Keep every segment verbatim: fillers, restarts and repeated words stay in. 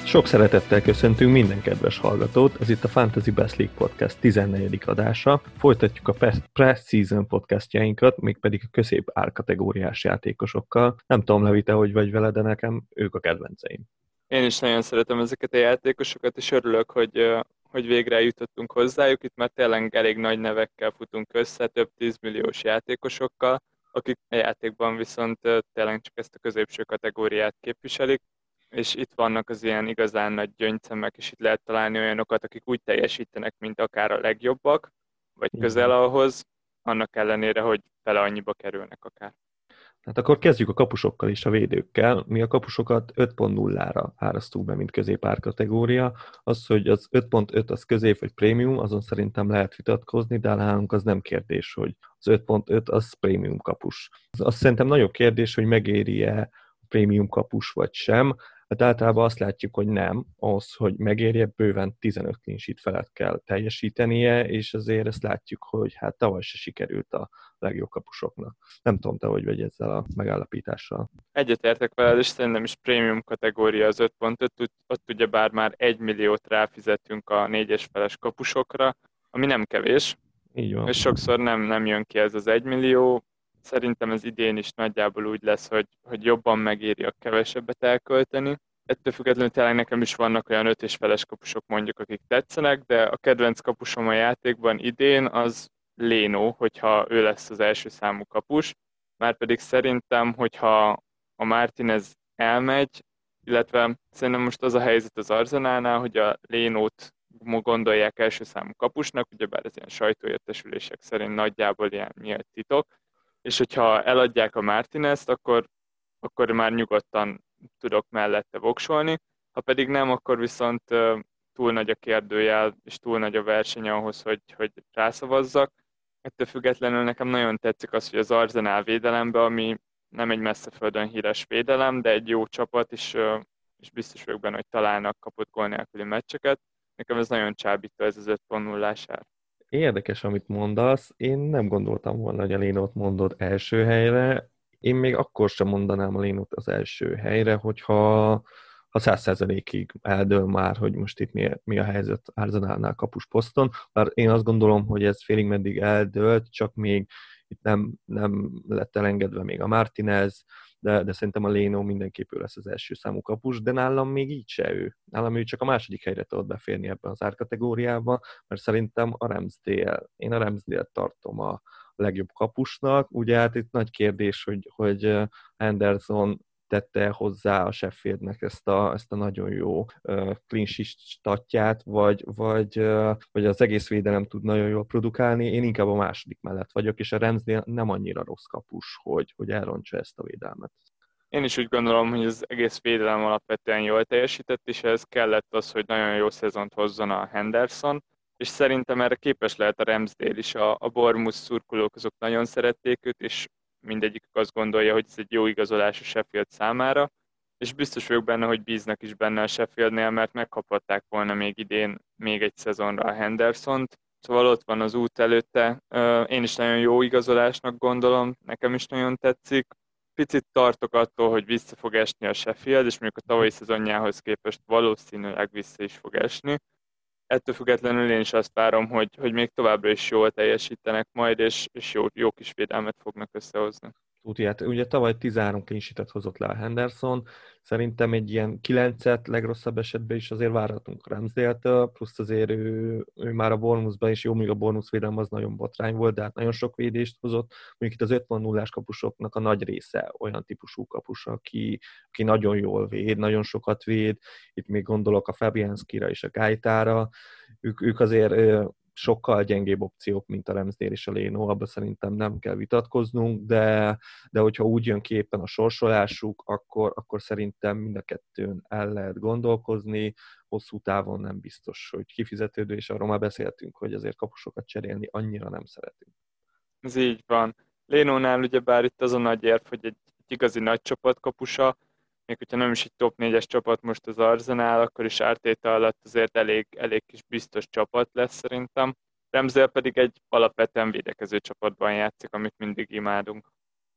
Sok szeretettel köszöntünk minden kedves hallgatót, ez itt a Fantasy Best League Podcast tizennegyedik adása. Folytatjuk a Pre-Season podcastjainkat, mégpedig a közép árkategóriás játékosokkal. Nem tudom, Levi, te hogy vagy vele, de nekem ők a kedvenceim. Én is nagyon szeretem ezeket a játékosokat, és örülök, hogy, hogy végre eljutottunk hozzájuk. Itt már tényleg elég nagy nevekkel futunk össze, több tízmilliós játékosokkal, akik a játékban viszont tényleg csak ezt a középső kategóriát képviselik, és itt vannak az ilyen igazán nagy gyöngyszemek, és itt lehet találni olyanokat, akik úgy teljesítenek, mint akár a legjobbak, vagy közel ahhoz, annak ellenére, hogy fele annyiba kerülnek akár. Hát akkor kezdjük a kapusokkal és a védőkkel. Mi a kapusokat öt pont nullára hárasztunk be, mint középár kategória. Az, hogy az öt pont öt az közép vagy prémium, azon szerintem lehet vitatkozni, de nálunk az nem kérdés, hogy az öt pont öt az prémium kapus. Azt szerintem nagyobb kérdés, hogy megéri-e a prémium kapus vagy sem. Hát általában azt látjuk, hogy nem, ahhoz, hogy megérje, bőven tizenöt clean sheet felett kell teljesítenie, és azért ezt látjuk, hogy hát tavaly se sikerült a legjobb kapusoknak. Nem tudom, te hogy vagy ezzel a megállapítással. Egyetértek veled, és szerintem is prémium kategória az öt pont öt, ott ugye bár már egy milliót ráfizetünk a négyes feles kapusokra, ami nem kevés, Így van. és sokszor nem, nem jön ki ez az egy millió. Szerintem ez idén is nagyjából úgy lesz, hogy, hogy jobban megéri a kevesebbet elkölteni. Ettől függetlenül tényleg nekem is vannak olyan öt és feles kapusok mondjuk, akik tetszenek, de a kedvenc kapusom a játékban idén az Leno, hogyha ő lesz az első számú kapus. Márpedig szerintem, hogyha a Martinez elmegy, illetve szerintem most az a helyzet az Arsenalnál, hogy a Lenót gondolják első számú kapusnak, ugyebár ez ilyen sajtóértesülések szerint nagyjából ilyen nyílt titok, és hogyha eladják a Martinezt, akkor, akkor már nyugodtan tudok mellette voksolni, ha pedig nem, akkor viszont túl nagy a kérdőjel, és túl nagy a verseny ahhoz, hogy, hogy rászavazzak. Ettől függetlenül nekem nagyon tetszik az, hogy az Arsenal védelembe, ami nem egy messze földön híres védelem, de egy jó csapat, és, és biztos vagyok benne, hogy találnak kapott gól nélküli meccseket. Nekem ez nagyon csábító, ez az öt pont nullás ár. Érdekes, amit mondasz. Én nem gondoltam volna, hogy a Lénót mondod első helyre. Én még akkor sem mondanám a Lénót az első helyre, hogyha ha száz százalékig eldől már, hogy most itt mi, mi a helyzet Arsenalnál kapus poszton. Bár én azt gondolom, hogy ez félig meddig eldőlt, csak még itt nem, nem lett elengedve még a Martinez, de, de szerintem a Leno mindenképp ő lesz az első számú kapus, de nálam még így se ő. Nálam ő csak a második helyre tudott beférni ebben az árkategóriában, mert szerintem a Ramsdale, én a Ramsdale tartom a legjobb kapusnak. Ugye hát itt nagy kérdés, hogy, hogy Henderson tette hozzá a Sheffieldnek ezt a, ezt a nagyon jó uh, clean sheet statját, vagy, vagy, uh, vagy az egész védelem tud nagyon jól produkálni. Én inkább a második mellett vagyok, és a Ramsdale nem annyira rossz kapus, hogy, hogy elrontsa ezt a védelmet. Én is úgy gondolom, hogy az egész védelem alapvetően jól teljesített, és ez kellett az, hogy nagyon jó szezont hozzon a Henderson, és szerintem erre képes lehet a Ramsdale is. A, a Bournemouth szurkolók azok nagyon szerették őt, és mindegyikük azt gondolja, hogy ez egy jó igazolás a Sheffield számára, és biztos vagyok benne, hogy bíznak is benne a Sheffieldnél, mert megkaphatták volna még idén még egy szezonra a Hendersont, szóval ott van az út előtte. Én is nagyon jó igazolásnak gondolom, nekem is nagyon tetszik. Picit tartok attól, hogy vissza fog esni a Sheffield, és mondjuk a tavalyi szezonjához képest valószínűleg vissza is fog esni. Ettől függetlenül én is azt várom, hogy, hogy még továbbra is jól teljesítenek majd, és, és jó, jó kis védelmet fognak összehozni. Úti, hát ugye tavaly tizenhárom clean sheetet hozott le a Henderson, szerintem egy ilyen kilencet legrosszabb esetben is azért várhatunk Ramsdale-től, plusz azért ő, ő már a Bournemouthban is jó, még a Bournemouth védelem az nagyon botrány volt, de hát nagyon sok védést hozott. Mondjuk itt az öt pont nullás kapusoknak a nagy része olyan típusú kapus, aki, aki nagyon jól véd, nagyon sokat véd, itt még gondolok a Fabianskira és a Gaitára, ők, ők azért sokkal gyengébb opciók, mint a Ramsdale és a Leno, abban szerintem nem kell vitatkoznunk, de, de hogyha úgy jön ki éppen a sorsolásuk, akkor, akkor szerintem mind a kettőn el lehet gondolkozni, hosszú távon nem biztos, hogy kifizetődő, és arról már beszéltünk, hogy azért kapusokat cserélni annyira nem szeretünk. Ez így van. Lenónál ugyebár itt az a nagy érv, hogy egy, egy igazi nagy csapat kapusa, még hogyha nem is egy top négyes csapat most az Arsenal, akkor is Arteta alatt azért elég, elég kis biztos csapat lesz szerintem. Ramsdale pedig egy alapvetően védekező csapatban játszik, amit mindig imádunk.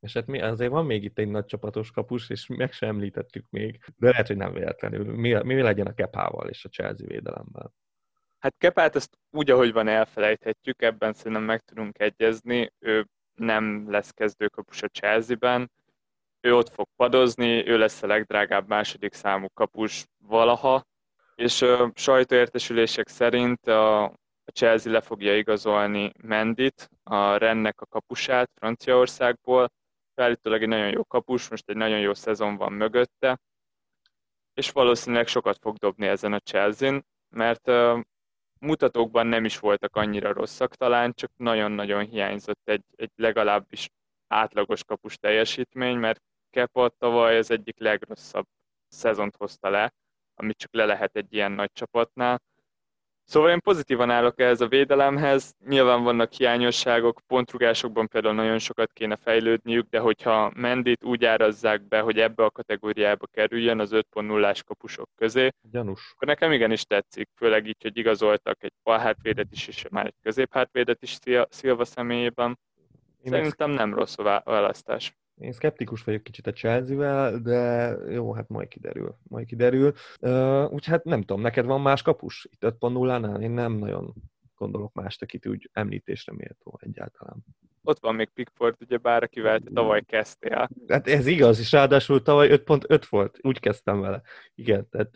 És hát mi, azért van még itt egy nagy csapatos kapus, és meg sem említettük még, de lehet, hogy nem véletlenül. Mi, mi legyen a Kepával és a Chelsea védelemmel? Hát Kepát ezt úgy, ahogy van, elfelejthetjük, ebben szerintem meg tudunk egyezni. Ő nem lesz kezdőkapus a Chelsea-ben, ő ott fog padozni, ő lesz a legdrágább második számú kapus valaha, és a sajtóértesülések szerint a, a Chelsea le fogja igazolni Mendit, a Rennek a kapusát Franciaországból. Állítólag egy nagyon jó kapus, most egy nagyon jó szezon van mögötte, és valószínűleg sokat fog dobni ezen a Chelsea-n, mert uh, mutatókban nem is voltak annyira rosszak talán, csak nagyon-nagyon hiányzott egy, egy legalábbis átlagos kapus teljesítmény, mert Kepa tavaly az egyik legrosszabb szezont hozta le, amit csak le lehet egy ilyen nagy csapatnál. Szóval én pozitívan állok ehhez a védelemhez, nyilván vannak hiányosságok, pontrugásokban például nagyon sokat kéne fejlődniük, de hogyha Mendit úgy árazzák be, hogy ebbe a kategóriába kerüljön az öt pont nullás kapusok közé, Gyanús. akkor nekem igenis tetszik, főleg így, hogy igazoltak egy balhátvédet is, és már egy középhátvédet is Silva személyében. Én meg Szerintem nem rossz a választás. Én szkeptikus vagyok kicsit a Chelsea-vel, de jó, hát majd kiderül. Majd kiderül. Uh, úgyhogy hát nem tudom, neked van más kapus itt öt pont nullánál? Én nem nagyon gondolok mást, akit úgy említésre méltó egyáltalán. Ott van még Pickford, ugye bár akivel te tavaly kezdtél. Hát ez igaz, és ráadásul tavaly öt pont öt volt, úgy kezdtem vele. Igen, tehát,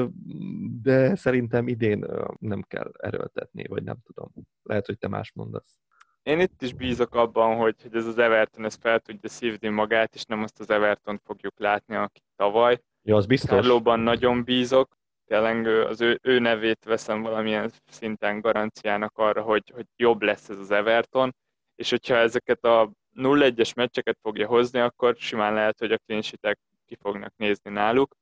de szerintem idén nem kell erőltetni, vagy nem tudom. Lehet, hogy te más mondasz. Én itt is bízok abban, hogy, hogy ez az Everton ez fel tudja szívni magát, és nem azt az Evertont fogjuk látni, aki tavaly. Ja, az biztos. Carlóban nagyon bízok, tényleg az ő, ő nevét veszem valamilyen szinten garanciának arra, hogy, hogy jobb lesz ez az Everton, és hogyha ezeket a nulla egyes meccseket fogja hozni, akkor simán lehet, hogy a clean sheetek ki fognak nézni náluk.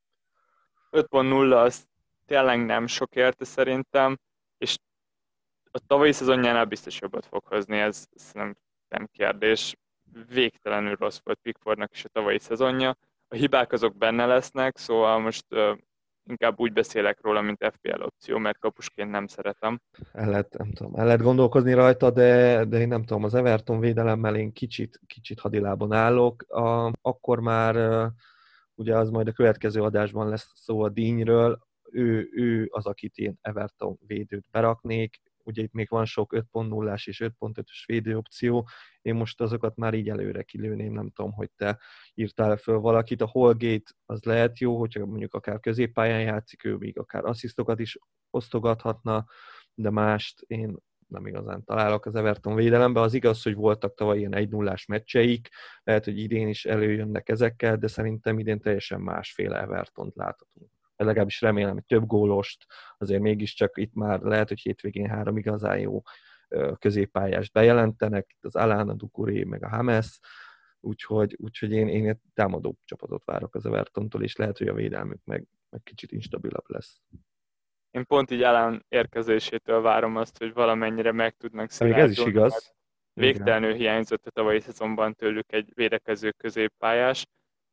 öt pont nulla az tényleg nem sok érte szerintem, és a tavalyi szezonjánál biztos jobbat fog hozni, ez, ez nem, nem kérdés. Végtelenül rossz volt Pickfordnak is a tavalyi szezonja. A hibák azok benne lesznek, szóval most uh, inkább úgy beszélek róla, mint ef pé el opció, mert kapusként nem szeretem. El lehet, nem tudom, el lehet gondolkozni rajta, de, de én nem tudom, az Everton védelemmel én kicsit, kicsit hadilában állok. A, akkor már uh, ugye az majd a következő adásban lesz szó a Dínyről, ő, ő az, akit én Everton védőt beraknék. Ugye itt még van sok öt pont nullás és öt pont ötös védőopció, én most azokat már így előre kilőném, nem tudom, hogy te írtál föl valakit. A Holgate az lehet jó, hogyha mondjuk akár középpályán játszik, ő még akár asszisztokat is osztogathatna, de mást én nem igazán találok az Everton védelemben. Az igaz, hogy voltak tavaly ilyen egy nullás meccseik, lehet, hogy idén is előjönnek ezekkel, de szerintem idén teljesen másféle Evertont láthatunk. Legalábbis remélem, hogy több gólost, azért mégiscsak itt már lehet, hogy hétvégén három igazán jó középpályást bejelentenek, itt az Alana, Dukuré, meg a Hames, úgyhogy, úgyhogy én, én egy támadó csapatot várok az Evertontól, és lehet, hogy a védelmük meg, meg kicsit instabilabb lesz. Én pont így Alan érkezésétől várom azt, hogy valamennyire meg tudnak szilárdulni. Ez is igaz. Végtelenül hiányzott a tavalyi szezonban tőlük egy védekező középpályás.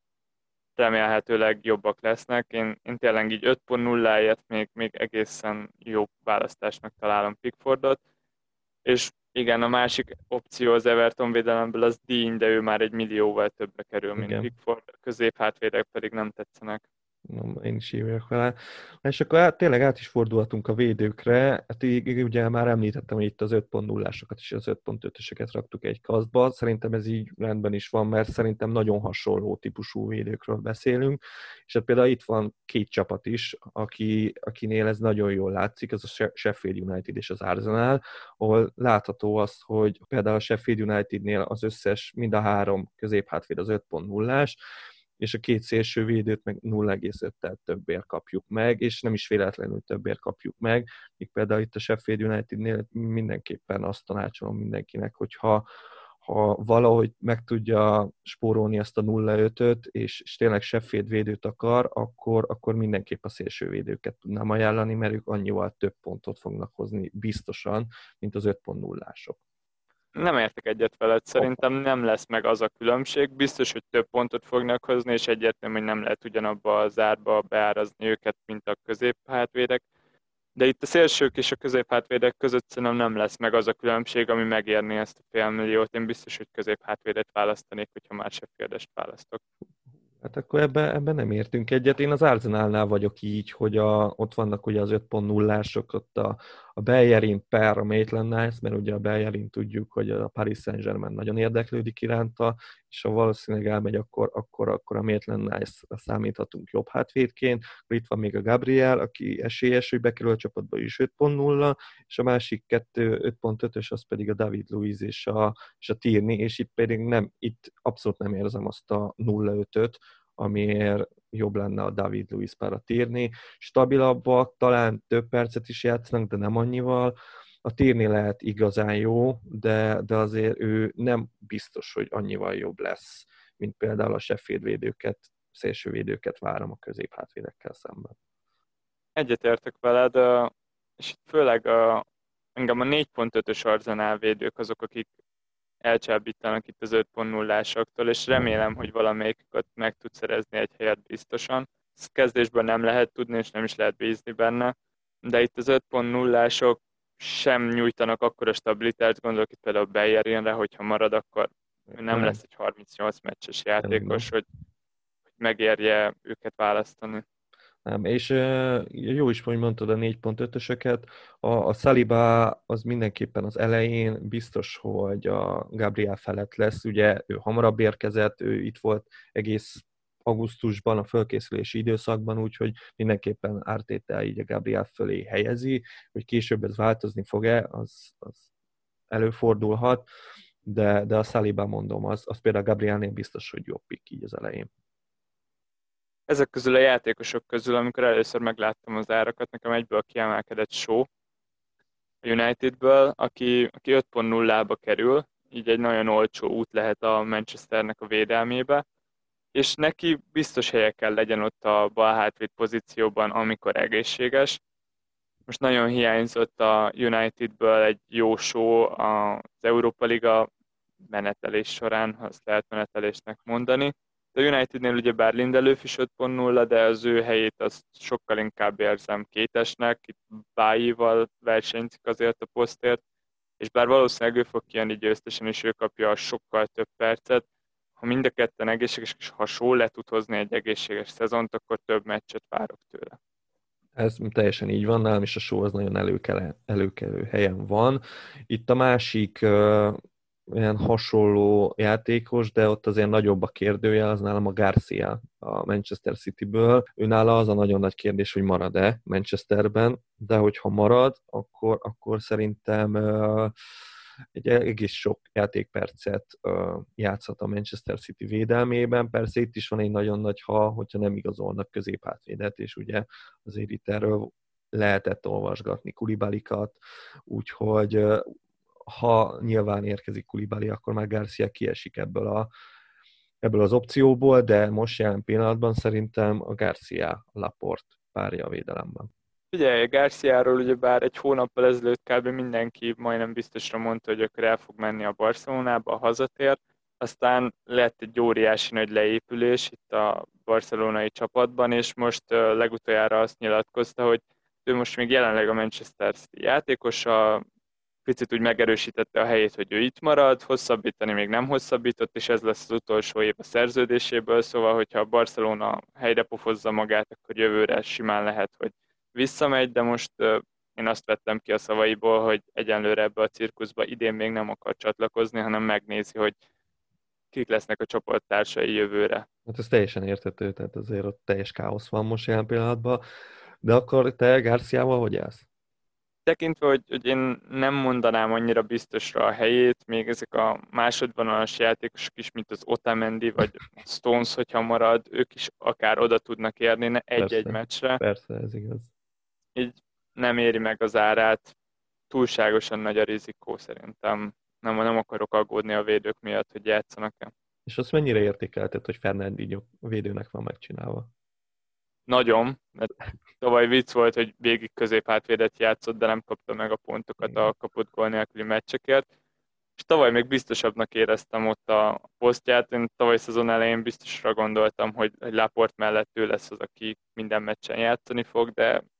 Remélhetőleg jobbak lesznek. Én, én tényleg így öt pont nulláért még, még egészen jó választásnak találom Pickfordot. És igen, a másik opció az Everton védelemből az Dean, de ő már egy millióval többre kerül, mint igen. Pickford. A középhátvédek pedig nem tetszenek. No, én is írjak vele. És akkor át, tényleg át is fordulhatunk a védőkre. Hát így, ugye már említettem, hogy itt az öt pont nullásokat és az öt pont ötöseket raktuk egy kaszba. Szerintem ez így rendben is van, mert szerintem nagyon hasonló típusú védőkről beszélünk. És hát például itt van két csapat is, aki, akinél ez nagyon jól látszik, ez a Sheffield United és az Arsenal, ahol látható az, hogy például a Sheffield Unitednél az összes, mind a három középhátvéd az öt pont nullás, és a két szélső védőt meg nulla egész öttel többért kapjuk meg, és nem is véletlenül többért kapjuk meg, míg például itt a Sheffield Unitednél mindenképpen azt tanácsolom mindenkinek, hogyha ha valahogy meg tudja spórolni ezt a nulla ötöt, és, és tényleg Sheffield védőt akar, akkor, akkor mindenképp a szélső védőket tudnám ajánlani, mert ők annyival több pontot fognak hozni biztosan, mint az öt pont nullások. Nem értek egyet veled, szerintem nem lesz meg az a különbség. Biztos, hogy több pontot fognak hozni, és egyértelmű, hogy nem lehet ugyanabba az árba beárazni őket, mint a középhátvédek. De itt a szélsők és a középhátvédek között szerintem nem lesz meg az a különbség, ami megérni ezt a félmilliót. Én biztos, hogy középhátvédet választanék, hogyha már Sheffieldest választok. Hát akkor ebben ebbe nem értünk egyet. Én az Arsenalnál vagyok így, hogy a, ott vannak ugye az öt pont nullások, ott a, a Bellerin per a Maitland-Niles, mert ugye a Bellerin tudjuk, hogy a Paris Saint-Germain nagyon érdeklődik iránta, és ha valószínűleg elmegy, akkor, akkor, akkor a Maitland-Niles-ra számíthatunk jobb hátvédként. Itt van még a Gabriel, aki esélyes, hogy bekerül a csapatba is öt pont nulla, és a másik kettő öt pont ötös, az pedig a David Luiz és a, és a Tierney, és itt pedig nem, itt abszolút nem érzem azt a nulla ötöt, amiért jobb lenne a David Luiz pár a Tierney. Stabilabbak, talán több percet is játszanak, de nem annyival. A Tierney lehet igazán jó, de, de azért ő nem biztos, hogy annyival jobb lesz, mint például a Sheffield védőket, szélsővédőket várom a középhátvédekkel szemben. Egyetértek veled, és itt főleg a, engem a négy pont ötös Arsenal védők azok, akik elcsábítanak itt az öt pont nullásoktól, és remélem, hogy valamelyiket meg tud szerezni egy helyet biztosan. Ezt kezdésben nem lehet tudni, és nem is lehet bízni benne, de itt az öt pont nullások sem nyújtanak akkora stabilitást, gondolok itt például Bellerinre, hogyha marad, akkor nem lesz egy harmincnyolc meccses játékos, hogy, hogy megérje őket választani. Nem, és uh, jó is, hogy mondtad a négy pont ötösöket, a, a Saliba az mindenképpen az elején biztos, hogy a Gabriel felett lesz, ugye ő hamarabb érkezett, ő itt volt egész augusztusban, a fölkészülési időszakban, úgyhogy mindenképpen Arteta így a Gabriel fölé helyezi, hogy később ez változni fog-e, az, az előfordulhat, de, de a Saliba mondom, az, az például Gabrielnél biztos, hogy jobb pick így az elején. Ezek közül a játékosok közül, amikor először megláttam az árakat, nekem egyből kiemelkedett Shaw a Unitedből, aki, aki öt pont nullába kerül, így egy nagyon olcsó út lehet a Manchesternek a védelmébe, és neki biztos helye kell legyen ott a bal hátvéd pozícióban, amikor egészséges. Most nagyon hiányzott a Unitedből egy jó Shaw az Európa Liga menetelés során, ha azt lehet menetelésnek mondani. A Unitednél ugye bár Lindelöf is öt pont nulla, de az ő helyét azt sokkal inkább érzem kétesnek, itt Bájival versenyzik azért a posztért, és bár valószínűleg ő fog kijönni győztesen, és ő kapja a sokkal több percet, ha mind a ketten egészséges, és ha Shaw le tud hozni egy egészséges szezont, akkor több meccset várok tőle. Ez teljesen így van, nálam is a Shaw az nagyon előkelő, előkelő helyen van. Itt a másik uh, olyan hasonló játékos, de ott azért nagyobb a kérdője, az nálam a Garcia a Manchester Cityből. Ő nála az a nagyon nagy kérdés, hogy marad-e Manchesterben, de hogyha marad, akkor, akkor szerintem uh, egy egész sok játékpercet uh, játszhat a Manchester City védelmében. Persze itt is van egy nagyon nagy ha, hogyha nem igazolnak középhátvédet, és ugye azért itt erről lehetett olvasgatni Kulibalikat, úgyhogy uh, ha nyilván érkezik Kulibali, akkor már Garcia kiesik ebből, a, ebből az opcióból, de most jelen pillanatban szerintem a Garcia Laporte párja a védelemben. Figyelj, Garciáról ugye bár egy hónappal ezelőtt kb. Mindenki majdnem biztosra mondta, hogy akkor el fog menni a Barcelonába, a hazatért. Aztán lett egy óriási nagy leépülés itt a barcelonai csapatban, és most legutoljára azt nyilatkozta, hogy ő most még jelenleg a Manchester City játékosa, picit úgy megerősítette a helyét, hogy ő itt marad, hosszabbítani még nem hosszabbított, és ez lesz az utolsó év a szerződéséből, szóval hogyha a Barcelona helyre pofozza magát, akkor jövőre simán lehet, hogy visszamegy, de most uh, én azt vettem ki a szavaiból, hogy egyenlőre ebbe a cirkuszba idén még nem akar csatlakozni, hanem megnézi, hogy kik lesznek a csapattársai jövőre. Hát ez teljesen érthető, tehát azért ott teljes káosz van most jelen pillanatban. De akkor te Garciával hogy állsz? Tekintve, hogy, hogy én nem mondanám annyira biztosra a helyét, még ezek a másodvonalas játékosok is, mint az Otamendi vagy a Stones, hogyha marad, ők is akár oda tudnak érni egy-egy Persze, meccsre. persze, ez igaz. Így nem éri meg az árát, túlságosan nagy a rizikó szerintem. Nem, nem akarok aggódni a védők miatt, hogy játszanak-e. És azt mennyire értékelted, hogy Fernandinho védőnek van megcsinálva? Nagyon, mert tavaly vicc volt, hogy végig középhátvédet játszott, de nem kapta meg a pontokat a kapott gól nélküli meccsekért. És tavaly még biztosabbnak éreztem ott a posztját. Én tavaly szezon elején biztosra gondoltam, hogy, hogy Laporte mellett ő lesz az, aki minden meccsen játszani fog, de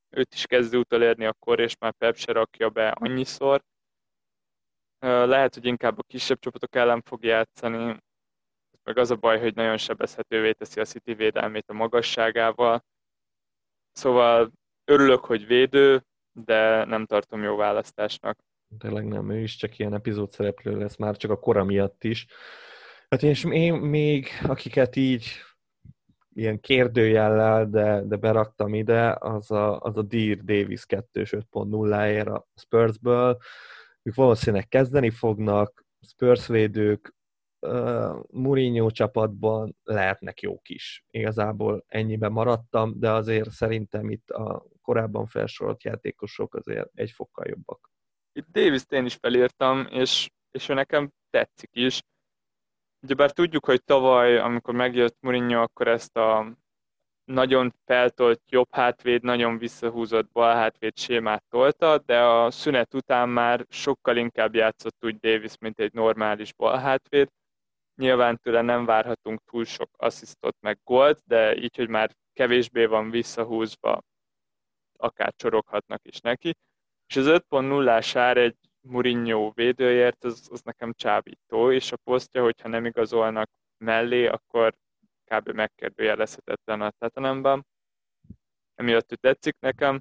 őt is kezdő utolérni akkor, és már Pep se rakja be annyiszor. Lehet, hogy inkább a kisebb csapatok ellen fog játszani, meg az a baj, hogy nagyon sebezhetővé teszi a City védelmét a magasságával. Szóval örülök, hogy védő, de nem tartom jó választásnak. Tényleg nem, ő is csak ilyen epizód szereplő lesz, már csak a kora miatt is. Hát és én még, akiket így ilyen kérdőjellel, de, de beraktam ide, az a, az a Dear Davis kettős öt pont nulla-ér a Spursből. Ők valószínűleg kezdeni fognak, Spurs védők, uh, Mourinho csapatban lehetnek jók is. Igazából ennyiben maradtam, de azért szerintem itt a korábban felsorolt játékosok azért egy fokkal jobbak. Itt Davis-t én is felírtam, és, és ő nekem tetszik is. Ugyebár tudjuk, hogy tavaly, amikor megjött Mourinho, akkor ezt a nagyon feltolt jobb hátvéd, nagyon visszahúzott bal hátvéd sémát tolta, de a szünet után már sokkal inkább játszott úgy Davis, mint egy normális bal hátvéd. Nyilván tőle nem várhatunk túl sok asszisztot meg gólt, de így, hogy már kevésbé van visszahúzva, akár csoroghatnak is neki. És az öt pont nullás ár egy Mourinho védőért, az, az nekem csábító, és a posztja, hogyha nem igazolnak mellé, akkor kb. Megkérdőjelezhetetlen a Tottenhamban. Emiatt ő tetszik nekem.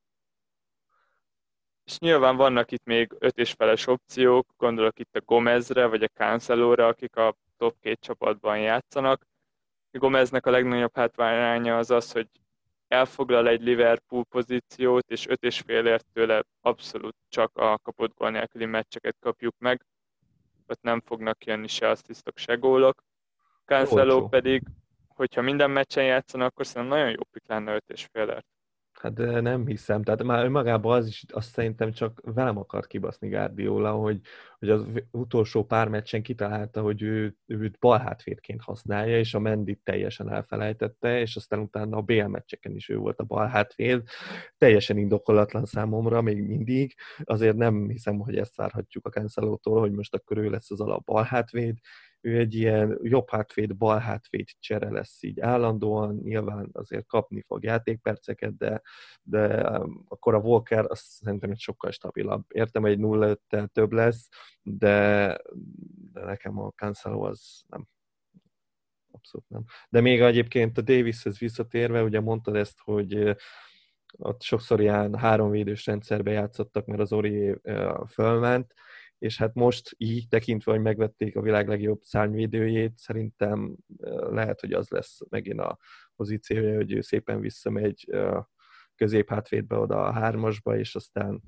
És nyilván vannak itt még öt és feles opciók, gondolok itt a Gomezre, vagy a Cancelóra, akik a top két csapatban játszanak. A Gomeznek a legnagyobb hátrányánya az az, hogy elfoglal egy Liverpool pozíciót, és öt és félért tőle abszolút csak a kapott gól nélküli meccseket kapjuk meg. Ott nem fognak jönni se asszisztok, se gólok. Cancelo pedig, hogyha minden meccsen játszanak, akkor szerintem nagyon jó pik lenne öt és félért. Hát de nem hiszem, tehát már önmagában az is, azt szerintem csak velem akart kibaszni Guardiola, hogy, hogy az utolsó pár meccsen kitalálta, hogy ő, őt balhátvédként használja, és a Mendit teljesen elfelejtette, és aztán utána a bé el meccseken is ő volt a balhátvéd. Teljesen indokolatlan számomra még mindig, azért nem hiszem, hogy ezt várhatjuk a Cancelótól, hogy most akkor ő lesz az alap balhátvéd. Ő egy ilyen jobb hátvéd, bal hátvéd csere lesz így állandóan, nyilván azért kapni fog játékperceket, de, de akkor a Walker azt szerintem egy sokkal stabilabb. Értem, egy nulla öttel több lesz, de, de nekem a Cancelo az nem. Abszolút nem. De még egyébként a Davishez visszatérve, ugye mondtad ezt, hogy ott sokszor ilyen háromvédős rendszerbe játszottak, mert az Ori fölment, és hát most így tekintve, hogy megvették a világ legjobb szárnyvédőjét, szerintem lehet, hogy az lesz megint a pozíciója, hogy ő szépen visszamegy középhátvédbe oda a hármasba, és aztán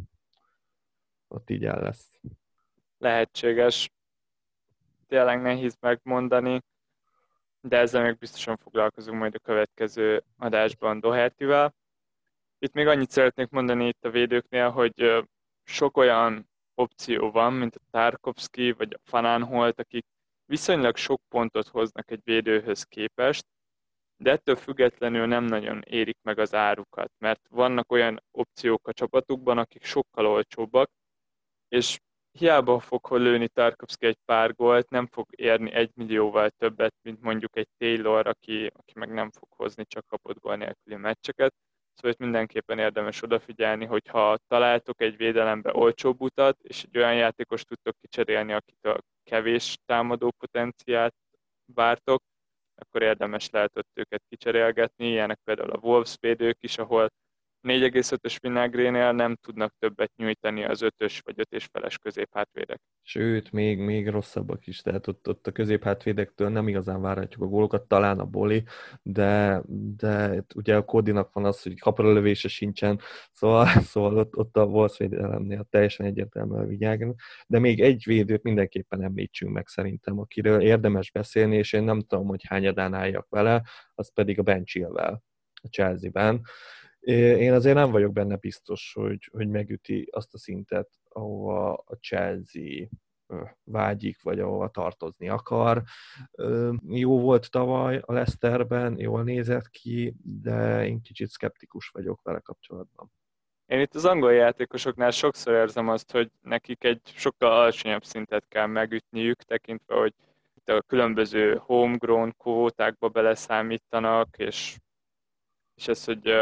ott így el lesz. Lehetséges. Tényleg nehéz megmondani, de ezzel még biztosan foglalkozunk majd a következő adásban Dohertyvel. Itt még annyit szeretnék mondani itt a védőknél, hogy sok olyan opció van, mint a Tarkovsky vagy a Van Aanholt, akik viszonylag sok pontot hoznak egy védőhöz képest, de ettől függetlenül nem nagyon érik meg az árukat, mert vannak olyan opciók a csapatukban, akik sokkal olcsóbbak, és hiába fog lőni Tarkovsky egy pár gólt, nem fog érni egy millióval többet, mint mondjuk egy Taylor, aki, aki meg nem fog hozni csak kapott gól nélküli meccseket. Szóval itt mindenképpen érdemes odafigyelni, hogyha találtok egy védelembe olcsóbb utat, és egy olyan játékos tudtok kicserélni, akitől kevés támadó potenciált vártok, akkor érdemes lehet ott őket kicserélgetni. Ilyenek például a Wolves védők is, ahol négy egész ötös vinagrénél nem tudnak többet nyújtani az ötös vagy öt és feles középhátvédek. Sőt, még, még rosszabbak is, tehát ott, ott a középhátvédektől nem igazán várhatjuk a gólokat, talán a Boli, de, de ugye a Kodinak van az, hogy kapra lövése sincsen, szóval, szóval ott, ott a Wolves védelemnél teljesen egyértelműen vigyágni, de még egy védőt mindenképpen említsünk meg szerintem, akiről érdemes beszélni, és én nem tudom, hogy hányadán álljak vele, az pedig a Ben Chilwell a Chelsea-ben. Én azért nem vagyok benne biztos, hogy, hogy megüti azt a szintet, ahova a Chelsea vágyik, vagy ahova tartozni akar. Jó volt tavaly a Leicesterben, jól nézett ki, de én kicsit szkeptikus vagyok vele kapcsolatban. Én itt az angol játékosoknál sokszor érzem azt, hogy nekik egy sokkal alacsonyabb szintet kell megütniük, tekintve, hogy itt a különböző homegrown kvótákba beleszámítanak, és, és ez, hogy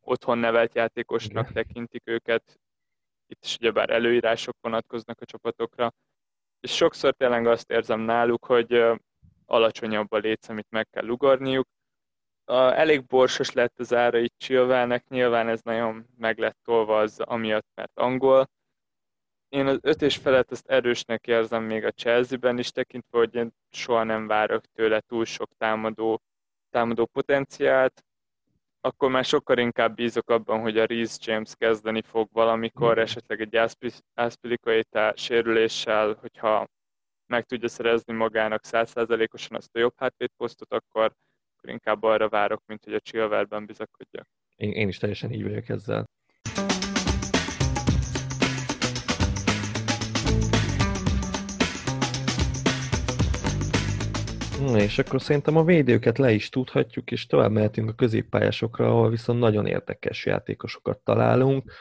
otthon nevelt játékosnak Igen. tekintik őket. Itt is ugyebár előírások vonatkoznak a csapatokra. És sokszor tényleg azt érzem náluk, hogy alacsonyabb a léc, amit meg kell ugorniuk. Elég borsos lett az ára itt Chilwellnek, nyilván ez nagyon meg lett tolva az amiatt, mert angol. Én az öt és felett ezt erősnek érzem még a Chelsea-ben is, tekintve, hogy én soha nem várok tőle túl sok támadó, támadó potenciált. Akkor már sokkal inkább bízok abban, hogy a Reece James kezdeni fog valamikor, esetleg egy Azpilicueta sérüléssel, hogyha meg tudja szerezni magának száz százalékosan azt a jobb hátvédposztot, akkor, akkor inkább arra várok, mint hogy a Chilwellben bizakodjak. Én, én is teljesen így vagyok ezzel. Na, és akkor szerintem a védőket le is tudhatjuk, és tovább mehetünk a középpályásokra, ahol viszont nagyon érdekes játékosokat találunk.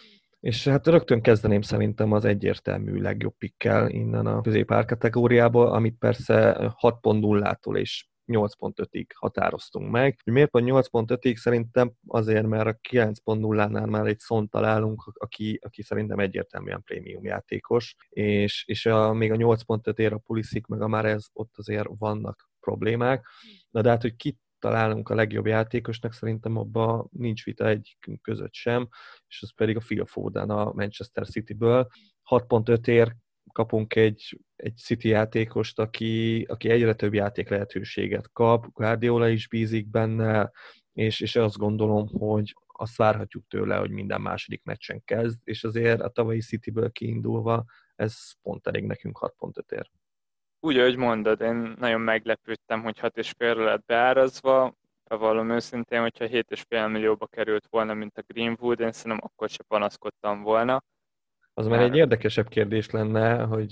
És hát rögtön kezdeném szerintem az egyértelmű legjobb pikkel innen a középár kategóriából, amit persze hat pont nullától és nyolc pont ötig határoztunk meg. Miért pont nyolc pont ötig? Szerintem azért, mert a kilenc pont nullánál már egy Son találunk, aki, aki szerintem egyértelműen prémium játékos, és, és a, még a nyolc pont ötért a Pulisic meg a Mahrez ott azért vannak problémák. Na de hát, hogy kit találunk a legjobb játékosnak, szerintem abban nincs vita egyikünk között sem, és az pedig a Phil Foden a Manchester Cityből. hat pont ötért kapunk egy, egy City játékost, aki, aki egyre több játék lehetőséget kap, Guardiola is bízik benne, és, és azt gondolom, hogy azt várhatjuk tőle, hogy minden második meccsen kezd, és azért a tavalyi Cityből kiindulva ez pont elég nekünk hat pont ötért. Úgy, ahogy mondod, én nagyon meglepődtem, hogy hat és félre lett beárazva. Bevallom őszintén, hogyha hét és fél millióba került volna, mint a Greenwood, én szerintem akkor se panaszkodtam volna. Az már egy érdekesebb kérdés lenne, hogy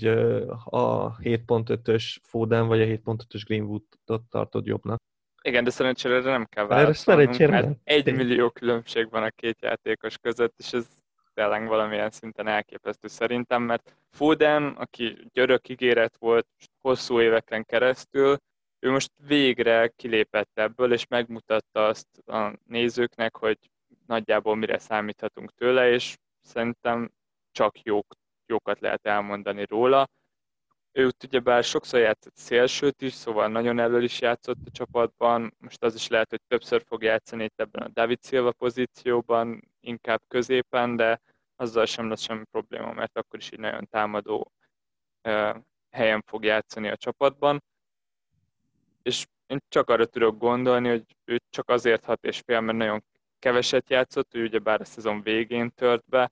a hét pont ötös Foden vagy a hét pont ötös Greenwoodot tartod jobbnak. Igen, de szerencsére erre nem kell Erre válaszolnunk, mert nem. egy millió különbség van a két játékos között, és ez tényleg valamilyen szinten elképesztő szerintem, mert Foden, aki györök ígéret volt hosszú éveken keresztül, ő most végre kilépett ebből, és megmutatta azt a nézőknek, hogy nagyjából mire számíthatunk tőle, és szerintem csak jók, jókat lehet elmondani róla. Ő ugyebár sokszor játszott szélsőt is, szóval nagyon elől is játszott a csapatban. Most az is lehet, hogy többször fog játszani itt ebben a David Silva pozícióban, inkább középen, de azzal sem lesz semmi probléma, mert akkor is egy nagyon támadó uh, helyen fog játszani a csapatban. És én csak arra tudok gondolni, hogy ő csak azért hat és fél, mert nagyon keveset játszott, ő ugyebár a szezon végén tört be,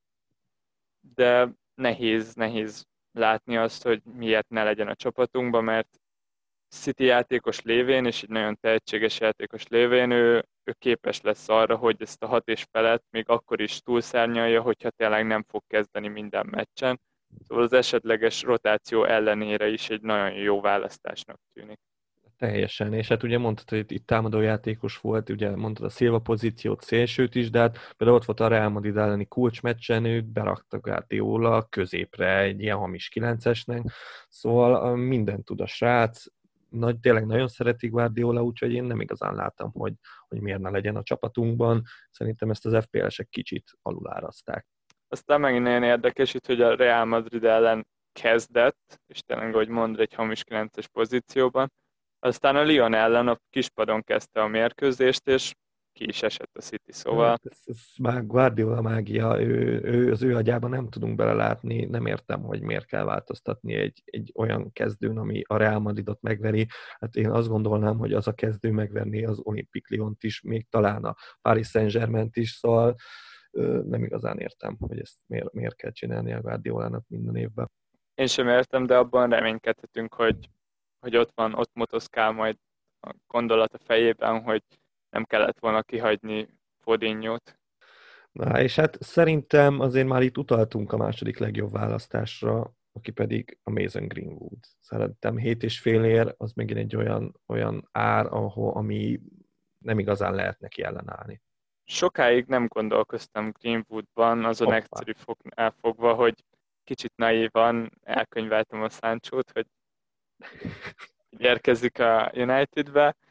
de nehéz, nehéz látni azt, hogy miért ne legyen a csapatunkban, mert City játékos lévén, és egy nagyon tehetséges játékos lévén, ő, ő képes lesz arra, hogy ezt a hat és felett még akkor is túlszárnyalja, hogyha tényleg nem fog kezdeni minden meccsen. Szóval az esetleges rotáció ellenére is egy nagyon jó választásnak tűnik. Teljesen, és hát ugye mondtad, hogy itt támadó játékos volt, ugye mondtad a Silva pozíciót, szélsőt is, de hát például ott volt a Real Madrid elleni kulcsmeccsen, őt berakta Guardiola középre egy ilyen hamis kilencesnek, szóval mindent tud a srác, nagy, tényleg nagyon szereti Guardiola, úgyhogy én nem igazán látom, hogy, hogy miért ne legyen a csapatunkban. Szerintem ezt az ef pé el-esek kicsit alulárazták. Aztán megint nagyon érdekes itt, hogy a Real Madrid ellen kezdett, és tényleg, ahogy mondod, egy hamis kilences pozícióban, aztán a Lyon ellen a kispadon kezdte a mérkőzést, és ki is esett a City, szóval... Hát ez, ez már Guardiola mágia, ő, ő, az ő agyában nem tudunk belelátni, nem értem, hogy miért kell változtatni egy, egy olyan kezdőn, ami a Real Madridot megveri. Hát én azt gondolnám, hogy az a kezdő megverni az Olympique Lyont is, még talán a Paris Saint-Germaint is, szóval nem igazán értem, hogy ezt miért, miért kell csinálni a Guardiolának minden évben. Én sem értem, de abban reménykedhetünk, hogy, hogy ott van, ott motoszkál majd a gondolat a fejében, hogy nem kellett volna kihagyni Fodinyót. Na, és hát szerintem azért már itt utaltunk a második legjobb választásra, aki pedig a Mason Greenwood. Szerintem hét és fél ér, az megint egy olyan, olyan ár, ahol, ami nem igazán lehet neki ellenállni. Sokáig nem gondolkoztam Greenwoodban, azon Hoppá. egyszerű fognál fogva, hogy kicsit naívan elkönyveltem a Sanchót, hogy érkezik a Unitedbe,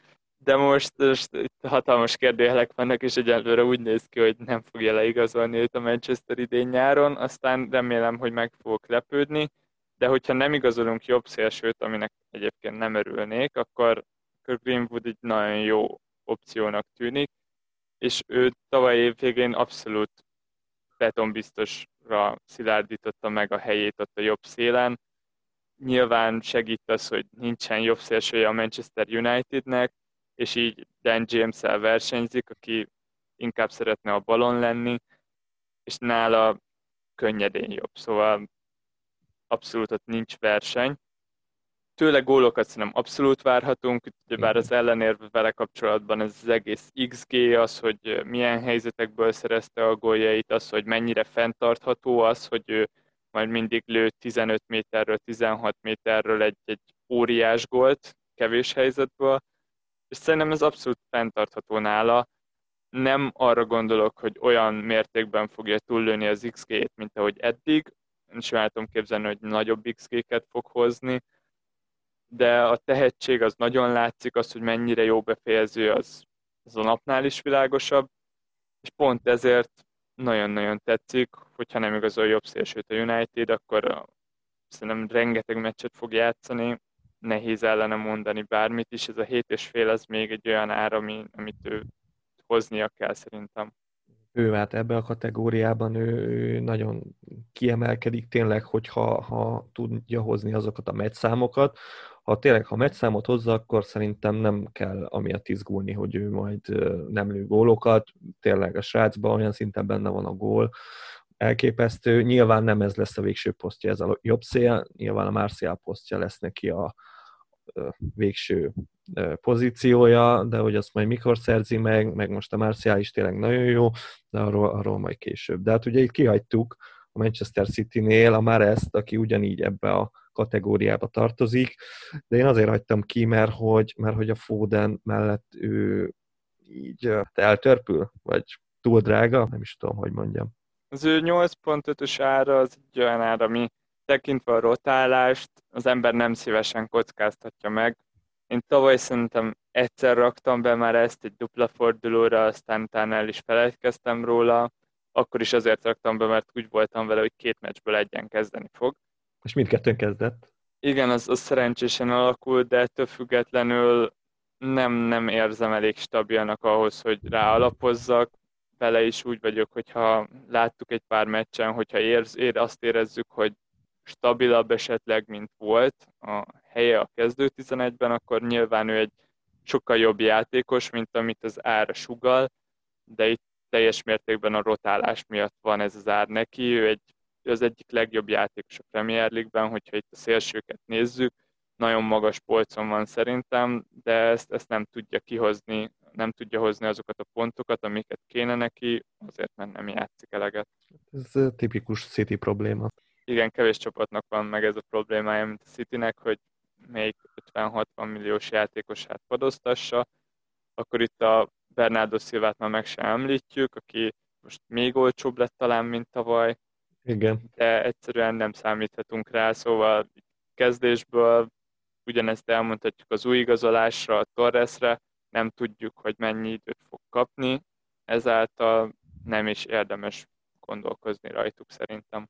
de most, most itt hatalmas kérdőjelek vannak, és egyelőre úgy néz ki, hogy nem fogja leigazolni őt a Manchester idén nyáron, aztán remélem, hogy meg fogok lepődni, de hogyha nem igazolunk jobb szélsőt, aminek egyébként nem örülnék, akkor, akkor Greenwood egy nagyon jó opciónak tűnik, és ő tavaly év végén abszolút betonbiztosra szilárdította meg a helyét ott a jobb szélen. Nyilván segít az, hogy nincsen jobb szélsője a Manchester Unitednek, és így Dan James-el versenyzik, aki inkább szeretne a balon lenni, és nála könnyedén jobb, szóval abszolút ott nincs verseny. Tőle gólokat szerintem abszolút várhatunk, bár az ellenérv vele kapcsolatban ez az egész iksz gé, az, hogy milyen helyzetekből szerezte a góljait, az, hogy mennyire fenntartható az, hogy ő majd mindig lő tizenöt méterről, tizenhat méterről egy, egy óriás gólt kevés helyzetből, és szerintem ez abszolút fenntartható nála. Nem arra gondolok, hogy olyan mértékben fogja túllőni az iksz gé-t, mint ahogy eddig, én sem el tudom képzelni, hogy nagyobb iksz gé-ket fog hozni, de a tehetség az nagyon látszik, az, hogy mennyire jó befejező, az, az a napnál is világosabb, és pont ezért nagyon-nagyon tetszik, hogyha nem igazol jobb szélsőt a United, akkor szerintem rengeteg meccset fog játszani, nehéz ellene mondani bármit is, ez a hét és fél az még egy olyan ár, ami, amit ő hoznia kell szerintem. Ő hát ebbe a kategóriában ő, ő nagyon kiemelkedik tényleg, hogyha ha tudja hozni azokat a meccszámokat. Ha tényleg, ha meccszámot hozza, akkor szerintem nem kell amiatt izgulni, hogy ő majd nem lő gólokat. Tényleg a srácban olyan szinten benne van a gól, elképesztő. Nyilván nem ez lesz a végső posztja, ez a jobb szél, nyilván a Martial posztja lesz neki a végső pozíciója, de hogy azt majd mikor szerzi meg, meg most a Martial is tényleg nagyon jó, de arról, arról majd később. De hát ugye itt kihagytuk a Manchester City-nél a Mahrest, aki ugyanígy ebbe a kategóriába tartozik, de én azért hagytam ki, mert hogy, mert hogy a Foden mellett ő így eltörpül, vagy túl drága, nem is tudom, hogy mondjam. Az ő nyolc pont ötös ára az egy olyan ára, ami tekintve a rotálást az ember nem szívesen kockáztatja meg. Én tavaly szerintem egyszer raktam be már ezt egy dupla fordulóra, aztán utána el is felejtkeztem róla. Akkor is azért raktam be, mert úgy voltam vele, hogy két meccsből egyen kezdeni fog. És mindkettőn kezdett. Igen, az, az szerencsésen alakult, de ettől függetlenül nem, nem érzem elég stabilnak ahhoz, hogy ráalapozzak. Vele is úgy vagyok, hogyha láttuk egy pár meccsen, hogyha érz, ér, azt érezzük, hogy stabilabb esetleg, mint volt a helye a kezdő tizenegyben, akkor nyilván ő egy sokkal jobb játékos, mint amit az ára sugall, de itt teljes mértékben a rotálás miatt van ez az ár neki. Ő egy, ő az egyik legjobb játékos a Premier League-ben, hogyha itt a szélsőket nézzük, nagyon magas polcon van szerintem, de ezt, ezt nem tudja kihozni, nem tudja hozni azokat a pontokat, amiket kéne neki, azért mert nem játszik eleget. Ez tipikus City probléma. Igen, kevés csapatnak van meg ez a problémája, mint a Citynek, hogy még ötven-hatvan milliós játékosát padoztassa, akkor itt a Bernardo Silvát már meg sem említjük, aki most még olcsóbb lett talán, mint tavaly, Igen. de egyszerűen nem számíthatunk rá, szóval kezdésből ugyanezt elmondhatjuk az új igazolásra, a Torresre, nem tudjuk, hogy mennyi időt fog kapni, ezáltal nem is érdemes gondolkozni rajtuk szerintem.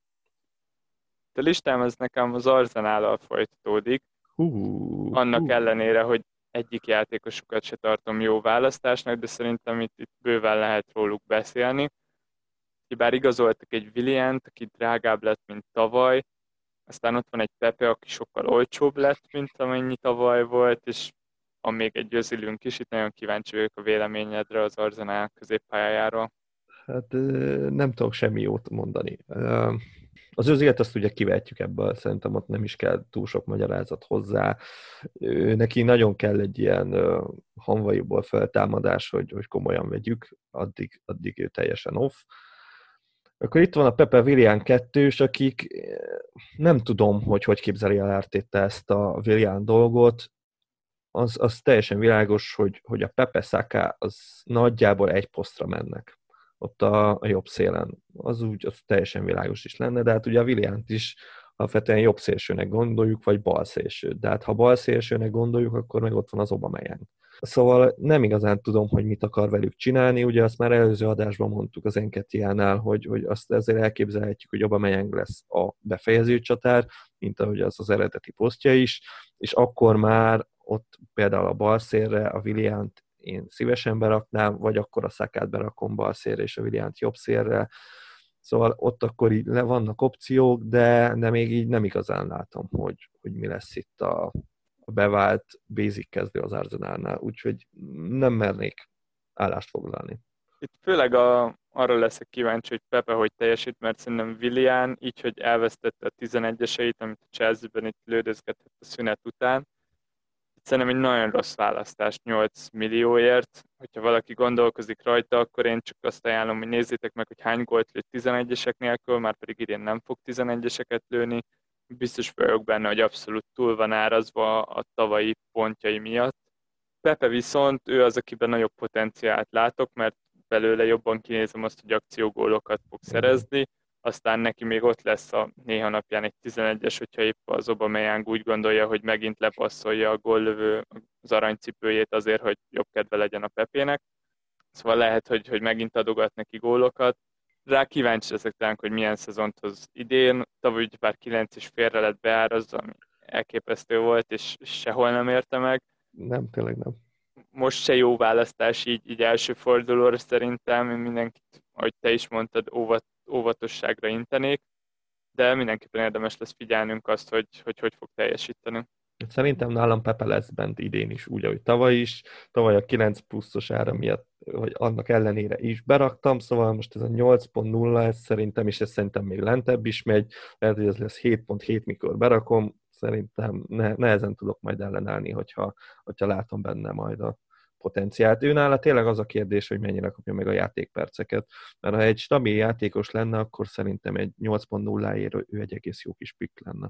A listám ez nekem az Arsenállal folytatódik, Hú, annak hú. ellenére, hogy egyik játékosukat se tartom jó választásnak, de szerintem itt, itt bőven lehet róluk beszélni. Bár igazoltak egy Williant, aki drágább lett, mint tavaly, aztán ott van egy Pepe, aki sokkal olcsóbb lett, mint amennyi tavaly volt, és van még egy Özilünk is, itt nagyon kíváncsi vagyok a véleményedre az Arsenal középpályájáról. Hát nem tudok semmi jót mondani. Az Özillet azt ugye kivetjük ebből, szerintem ott nem is kell túl sok magyarázat hozzá. Neki nagyon kell egy ilyen hanvaiból feltámadás, hogy, hogy komolyan vegyük, addig, addig ő teljesen off. Akkor itt van a Pepe Willian kettős, akik nem tudom, hogy hogy képzeli el Arteta ezt a Willian dolgot. Az, az teljesen világos, hogy, hogy a Pepe Saka az nagyjából egy posztra mennek ott a, a jobb szélen. Az úgy az teljesen világos is lenne, de hát ugye a Williant is alapvetően jobb szélsőnek gondoljuk, vagy bal szélső. De hát ha bal szélsőnek gondoljuk, akkor meg ott van az Aubameyang. Szóval nem igazán tudom, hogy mit akar velük csinálni. Ugye azt már előző adásban mondtuk az Enketiánál, hogy, hogy azt ezért elképzelhetjük, hogy Aubameyang lesz a befejező csatár, mint ahogy az az eredeti posztja is, és akkor már ott például a balszélre a Williant én szívesen beraknám, vagy akkor a Sakát berakom balszélre és a Williant jobb szélre. Szóval ott akkor így le vannak opciók, de, de még így nem igazán látom, hogy, hogy mi lesz itt a, a bevált basic kezdő az Arsenalnál, úgyhogy nem mernék állást foglalni. Itt főleg a, arra leszek kíváncsi, hogy Pepe hogy teljesít, mert szerintem Willian így, hogy elvesztette a tizenegyeseit, amit a Chelsea-ben itt lődözgetett a szünet után, szerintem egy nagyon rossz választás nyolc millióért. Hogyha valaki gondolkozik rajta, akkor én csak azt ajánlom, hogy nézzétek meg, hogy hány gólt lőtt tizenegyesek nélkül, már pedig idén nem fog tizenegyeseket lőni. Biztos vagyok benne, hogy abszolút túl van árazva a tavalyi pontjai miatt. Pepe viszont ő az, akiben nagyobb potenciált látok, mert belőle jobban kinézem azt, hogy akciógólokat fog szerezni, aztán neki még ott lesz a néha napján egy tizenegyes, hogyha épp az Aubameyang úgy gondolja, hogy megint lepasszolja a góllövő az aranycipőjét azért, hogy jobb kedve legyen a Pepének. Szóval lehet, hogy, hogy megint adogat neki gólokat. Rá kíváncsi leszek talán, hogy milyen szezont hoz idén. Tavaly ugye pár kilenc és félre lett beárazva, ami elképesztő volt, és sehol nem érte meg. Nem, tényleg nem. Most se jó választás így, így első fordulóra szerintem, én mindenkit, ahogy te is mondtad, óvat, óvatosságra intenék, de mindenképpen érdemes lesz figyelnünk azt, hogy hogy, hogy fog teljesíteni. Szerintem nálam Pepe lesz bent idén is, úgy, ahogy tavaly is. Tavaly a kilenc pluszos ára miatt, hogy annak ellenére is beraktam, szóval most ez a nyolc pont nulla, ez szerintem, és ez szerintem még lentebb is megy, lehet, hogy ez lesz hét pont hét, mikor berakom, szerintem ne, nehezen tudok majd ellenállni, hogyha, hogyha látom benne majd a potenciált. Őnála tényleg az a kérdés, hogy mennyire kapja meg a játékperceket, mert ha egy stabil játékos lenne, akkor szerintem egy nyolc pont nulla-ért ő egy egész jó kis pikk lenne.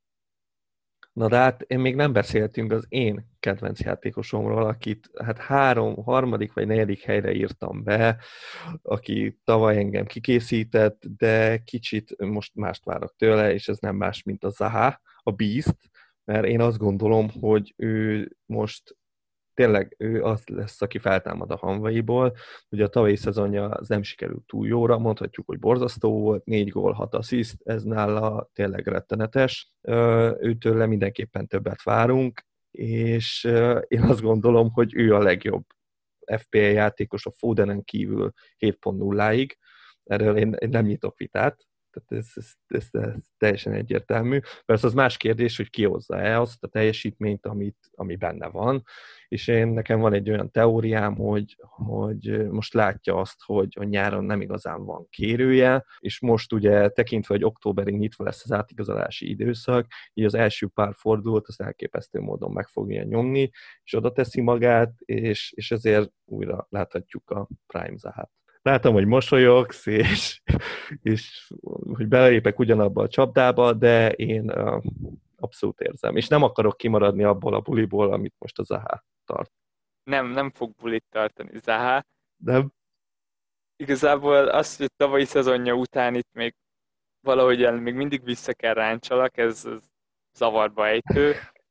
Na de hát én még nem beszéltünk az én kedvenc játékosomról, akit hát három, harmadik vagy negyedik helyre írtam be, aki tavaly engem kikészített, de kicsit most mást várok tőle, és ez nem más, mint a Zaha, a Beast, mert én azt gondolom, hogy ő most tényleg ő az lesz, aki feltámad a hamvaiból. Ugye a tavalyi szezonja az nem sikerült túl jóra, mondhatjuk, hogy borzasztó volt, négy gól, hat assziszt, ez nála tényleg rettenetes. Őtőle mindenképpen többet várunk, és én azt gondolom, hogy ő a legjobb ef pé el játékos a Fodenen kívül hét pont nulla-ig. Erről én, én nem nyitok vitát, tehát ez, ez, ez, ez teljesen egyértelmű. Persze az más kérdés, hogy kihozza-e azt a teljesítményt, amit, ami benne van, és én nekem van egy olyan teóriám, hogy, hogy most látja azt, hogy a nyáron nem igazán van kérője, és most ugye tekintve, hogy októberig nyitva lesz az átigazolási időszak, így az első pár fordulót az elképesztő módon meg fogja nyomni, és oda teszi magát, és, és ezért újra láthatjuk a Prime Zahát. Látom, hogy mosolyogsz, és, és hogy belépek ugyanabba a csapdába, de én uh, abszolút érzem. És nem akarok kimaradni abból a buliból, amit most a Zaha tart. Nem, nem fog bulit tartani Zaha. Nem? Igazából az, hogy tavalyi szezonja után itt még valahogy még mindig vissza kell ráncsalak, ez, ez zavarba ejtő.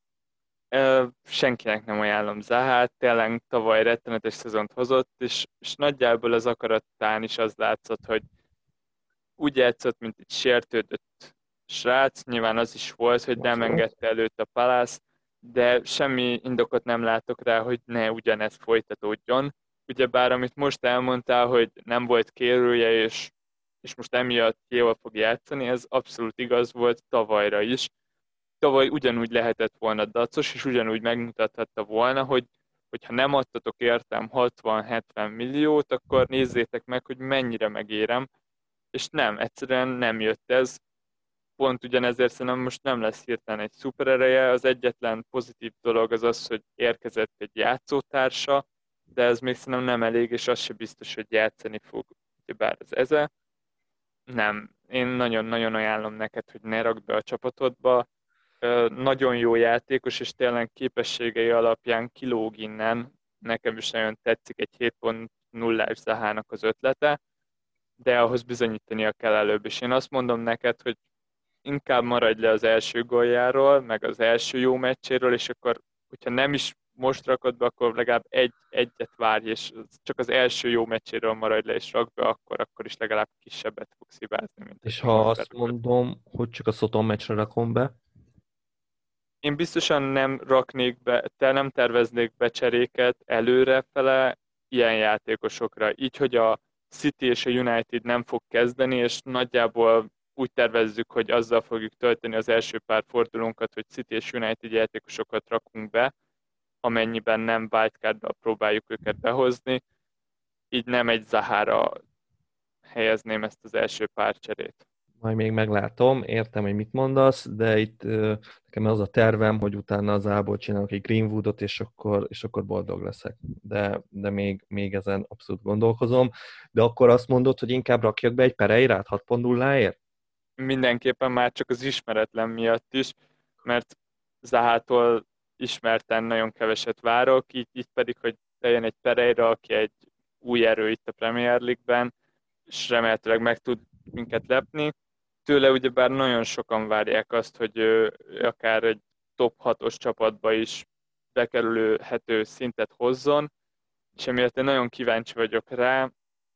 Senkinek nem ajánlom Zahát, tényleg tavaly rettenetes szezont hozott, és, és nagyjából az akaratán is az látszott, hogy úgy játszott, mint egy sértődött srác, nyilván az is volt, hogy nem engedte előtt a Palace, de semmi indokot nem látok rá, hogy ne ugyanezt folytatódjon. Ugyebár amit most elmondtál, hogy nem volt kérője, és, és most emiatt jól fog játszani, ez abszolút igaz volt tavalyra is. Tavaly ugyanúgy lehetett volna dacos, és ugyanúgy megmutathatta volna, hogy hogyha nem adtatok értem hatvan-hetven milliót, akkor nézzétek meg, hogy mennyire megérem, és nem, egyszerűen nem jött ez. Pont ugyanezért szerintem most nem lesz hirtelen egy szuperereje. Az egyetlen pozitív dolog az az, hogy érkezett egy játszótársa, de ez még szerintem nem elég, és az se biztos, hogy játszani fog, bár az eze. Nem, én nagyon-nagyon ajánlom neked, hogy ne rakd be a csapatodba. Nagyon jó játékos, és tényleg képességei alapján kilóg innen. Nekem is nagyon tetszik egy hét pont nullás Zahának az ötlete, de ahhoz bizonyítania kell előbb. És én azt mondom neked, hogy inkább maradj le az első góljáról, meg az első jó meccséről, és akkor, hogyha nem is most rakod be, akkor legalább egy, egyet várj, és csak az első jó meccséről maradj le, és rak be, akkor, akkor is legalább kisebbet fogsz hibázni, mint És hogyha ha most azt berakod. mondom, hogy csak a Soton meccsre rakom be, Én biztosan nem raknék be, te nem terveznék be cseréket előrefele ilyen játékosokra. Így, hogy a City és a United nem fog kezdeni, és nagyjából úgy tervezzük, hogy azzal fogjuk tölteni az első pár fordulónkat, hogy City és United játékosokat rakunk be, amennyiben nem wildcarddal próbáljuk őket behozni. Így nem egy Zahára helyezném ezt az első pár cserét. majd még meglátom, értem, hogy mit mondasz, de itt ö, nekem az a tervem, hogy utána az ából csinálok egy Greenwoodot, és akkor, és akkor boldog leszek. De, de még, még ezen abszolút gondolkozom. De akkor azt mondod, hogy inkább rakjak be egy Pereirát hat pont nulláért? Mindenképpen már csak az ismeretlen miatt is, mert Zahától ismerten nagyon keveset várok, így, így pedig, hogy bejön egy Pereira, aki egy új erő itt a Premier League-ben, és remélhetőleg meg tud minket lepni. Tőle ugyebár nagyon sokan várják azt, hogy ő, ő akár egy top hatos csapatba is bekerülhető szintet hozzon, és emiatt én nagyon kíváncsi vagyok rá.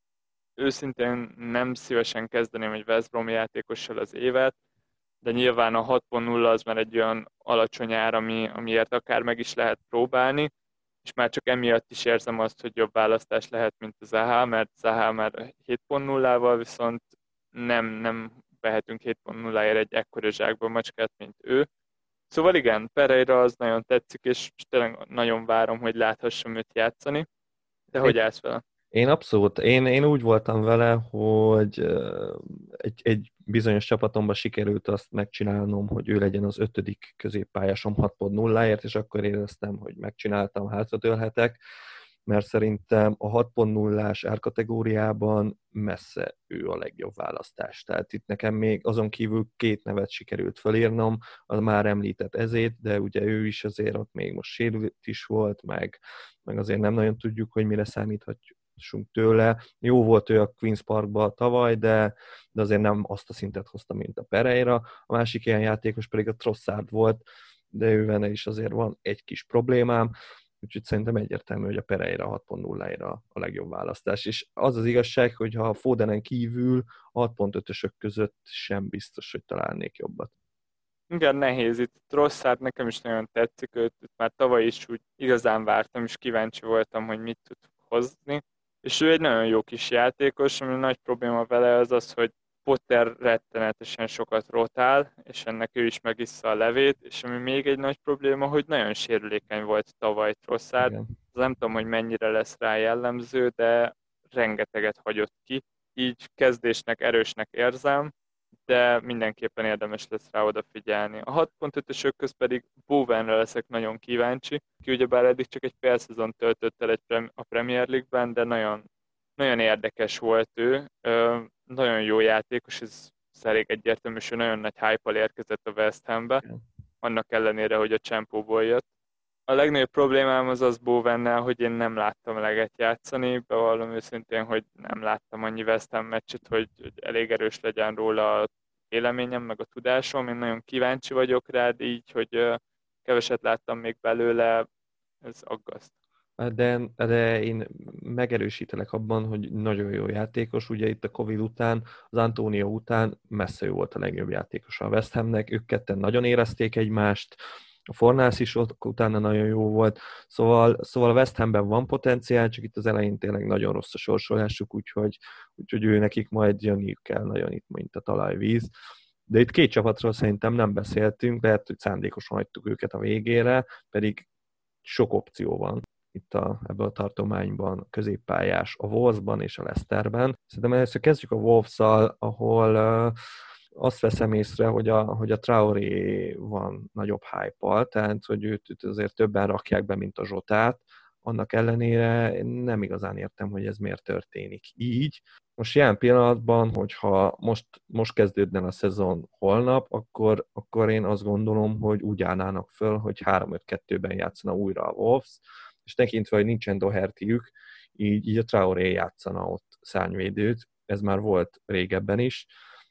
Őszintén nem szívesen kezdeném egy West Brom játékossal az évet, de nyilván a hat pont nulla az már egy olyan alacsony ár, ami, amiért akár meg is lehet próbálni, és már csak emiatt is érzem azt, hogy jobb választás lehet, mint az Zaha, mert Zaha már hét pont nullával viszont nem, nem vehetünk hét pont nulláért egy ekkora zsákba macskát, mint ő. Szóval igen, Pereira az nagyon tetszik, és tényleg nagyon várom, hogy láthassam őt játszani. De hogy állsz vele? Én abszolút, én, én úgy voltam vele, hogy ö, egy, egy bizonyos csapatomban sikerült azt megcsinálnom, hogy ő legyen az ötödik középpályásom hat pont nulláért, és akkor éreztem, hogy megcsináltam, hátradőlhetek, mert szerintem a hat pont nullás árkategóriában messze ő a legjobb választás. Tehát itt nekem még azon kívül két nevet sikerült felírnom, az már említett ezét, de ugye ő is azért ott még most sérült is volt, meg, meg azért nem nagyon tudjuk, hogy mire számíthatjuk tőle. Jó volt ő a Queen's Parkban tavaly, de, de azért nem azt a szintet hozta, mint a Pereira. A másik ilyen játékos pedig a Trossard volt, de ővene is azért van egy kis problémám, úgyhogy szerintem egyértelmű, hogy a Pereira hat pont nullára a legjobb választás. És az az igazság, hogy ha a Fodenen kívül a hat pont ötösök között sem biztos, hogy találnék jobbat. Igen, nehéz itt. Trosszát nekem is nagyon tetszik, őt, őt már tavaly is úgy igazán vártam, és kíváncsi voltam, hogy mit tud hozni. És ő egy nagyon jó kis játékos, ami nagy probléma vele az az, hogy Potter rettenetesen sokat rotál, és ennek ő is megissza a levét, és ami még egy nagy probléma, hogy nagyon sérülékeny volt tavaly Trosszárd. Igen. Nem tudom, hogy mennyire lesz rá jellemző, de rengeteget hagyott ki. Így kezdésnek erősnek érzem, de mindenképpen érdemes lesz rá odafigyelni. A hat pont ötösök köz pedig Bowenre leszek nagyon kíváncsi, ki ugyebár eddig csak egy fél szezon töltött el egy prem- a Premier League-ben, de nagyon, nagyon érdekes volt ő. Ö, nagyon jó játékos, ez elég egyértelmű, és ő nagyon nagy hype-al érkezett a West Hambe, annak ellenére, hogy a Csempóból jött. A legnagyobb problémám az az Bowennel, hogy én nem láttam eleget játszani, bevallom őszintén, hogy nem láttam annyi West Ham meccset, hogy, hogy elég erős legyen róla a véleményem, meg a tudásom. Én nagyon kíváncsi vagyok rá, de így, hogy ö, keveset láttam még belőle, ez aggaszt. De, de én megerősítelek abban, hogy nagyon jó játékos. Ugye itt a Covid után, az Antonio után messze ő volt a legjobb játékos a West Hamnek. Ők ketten nagyon érezték egymást, a Fornász is ott utána nagyon jó volt. Szóval, szóval a West Hamben van potenciál, csak itt az elején tényleg nagyon rossz a sorsolásuk, úgyhogy, úgyhogy ő nekik majd jönniük kell nagyon itt, mint a talajvíz. De itt két csapatról szerintem nem beszéltünk, lehet, hogy szándékosan hagytuk őket a végére, pedig sok opció van itt a, ebben a tartományban, középpályás a Wolvesban és a Leicesterben. Szerintem először kezdjük a Wolves-szal, ahol uh, azt veszem észre, hogy a, hogy a Traoré van nagyobb hype-al, tehát hogy őt, őt azért többen rakják be, mint a Zsotát. Annak ellenére nem igazán értem, hogy ez miért történik így. Most ilyen pillanatban, hogyha most, most kezdődne a szezon holnap, akkor, akkor én azt gondolom, hogy úgy állnának föl, hogy három öt kettőben játszana újra a Wolves, és tekintve, hogy nincsen Dohertyjük, így, így a Traoré játszana ott szárnyvédőt, ez már volt régebben is,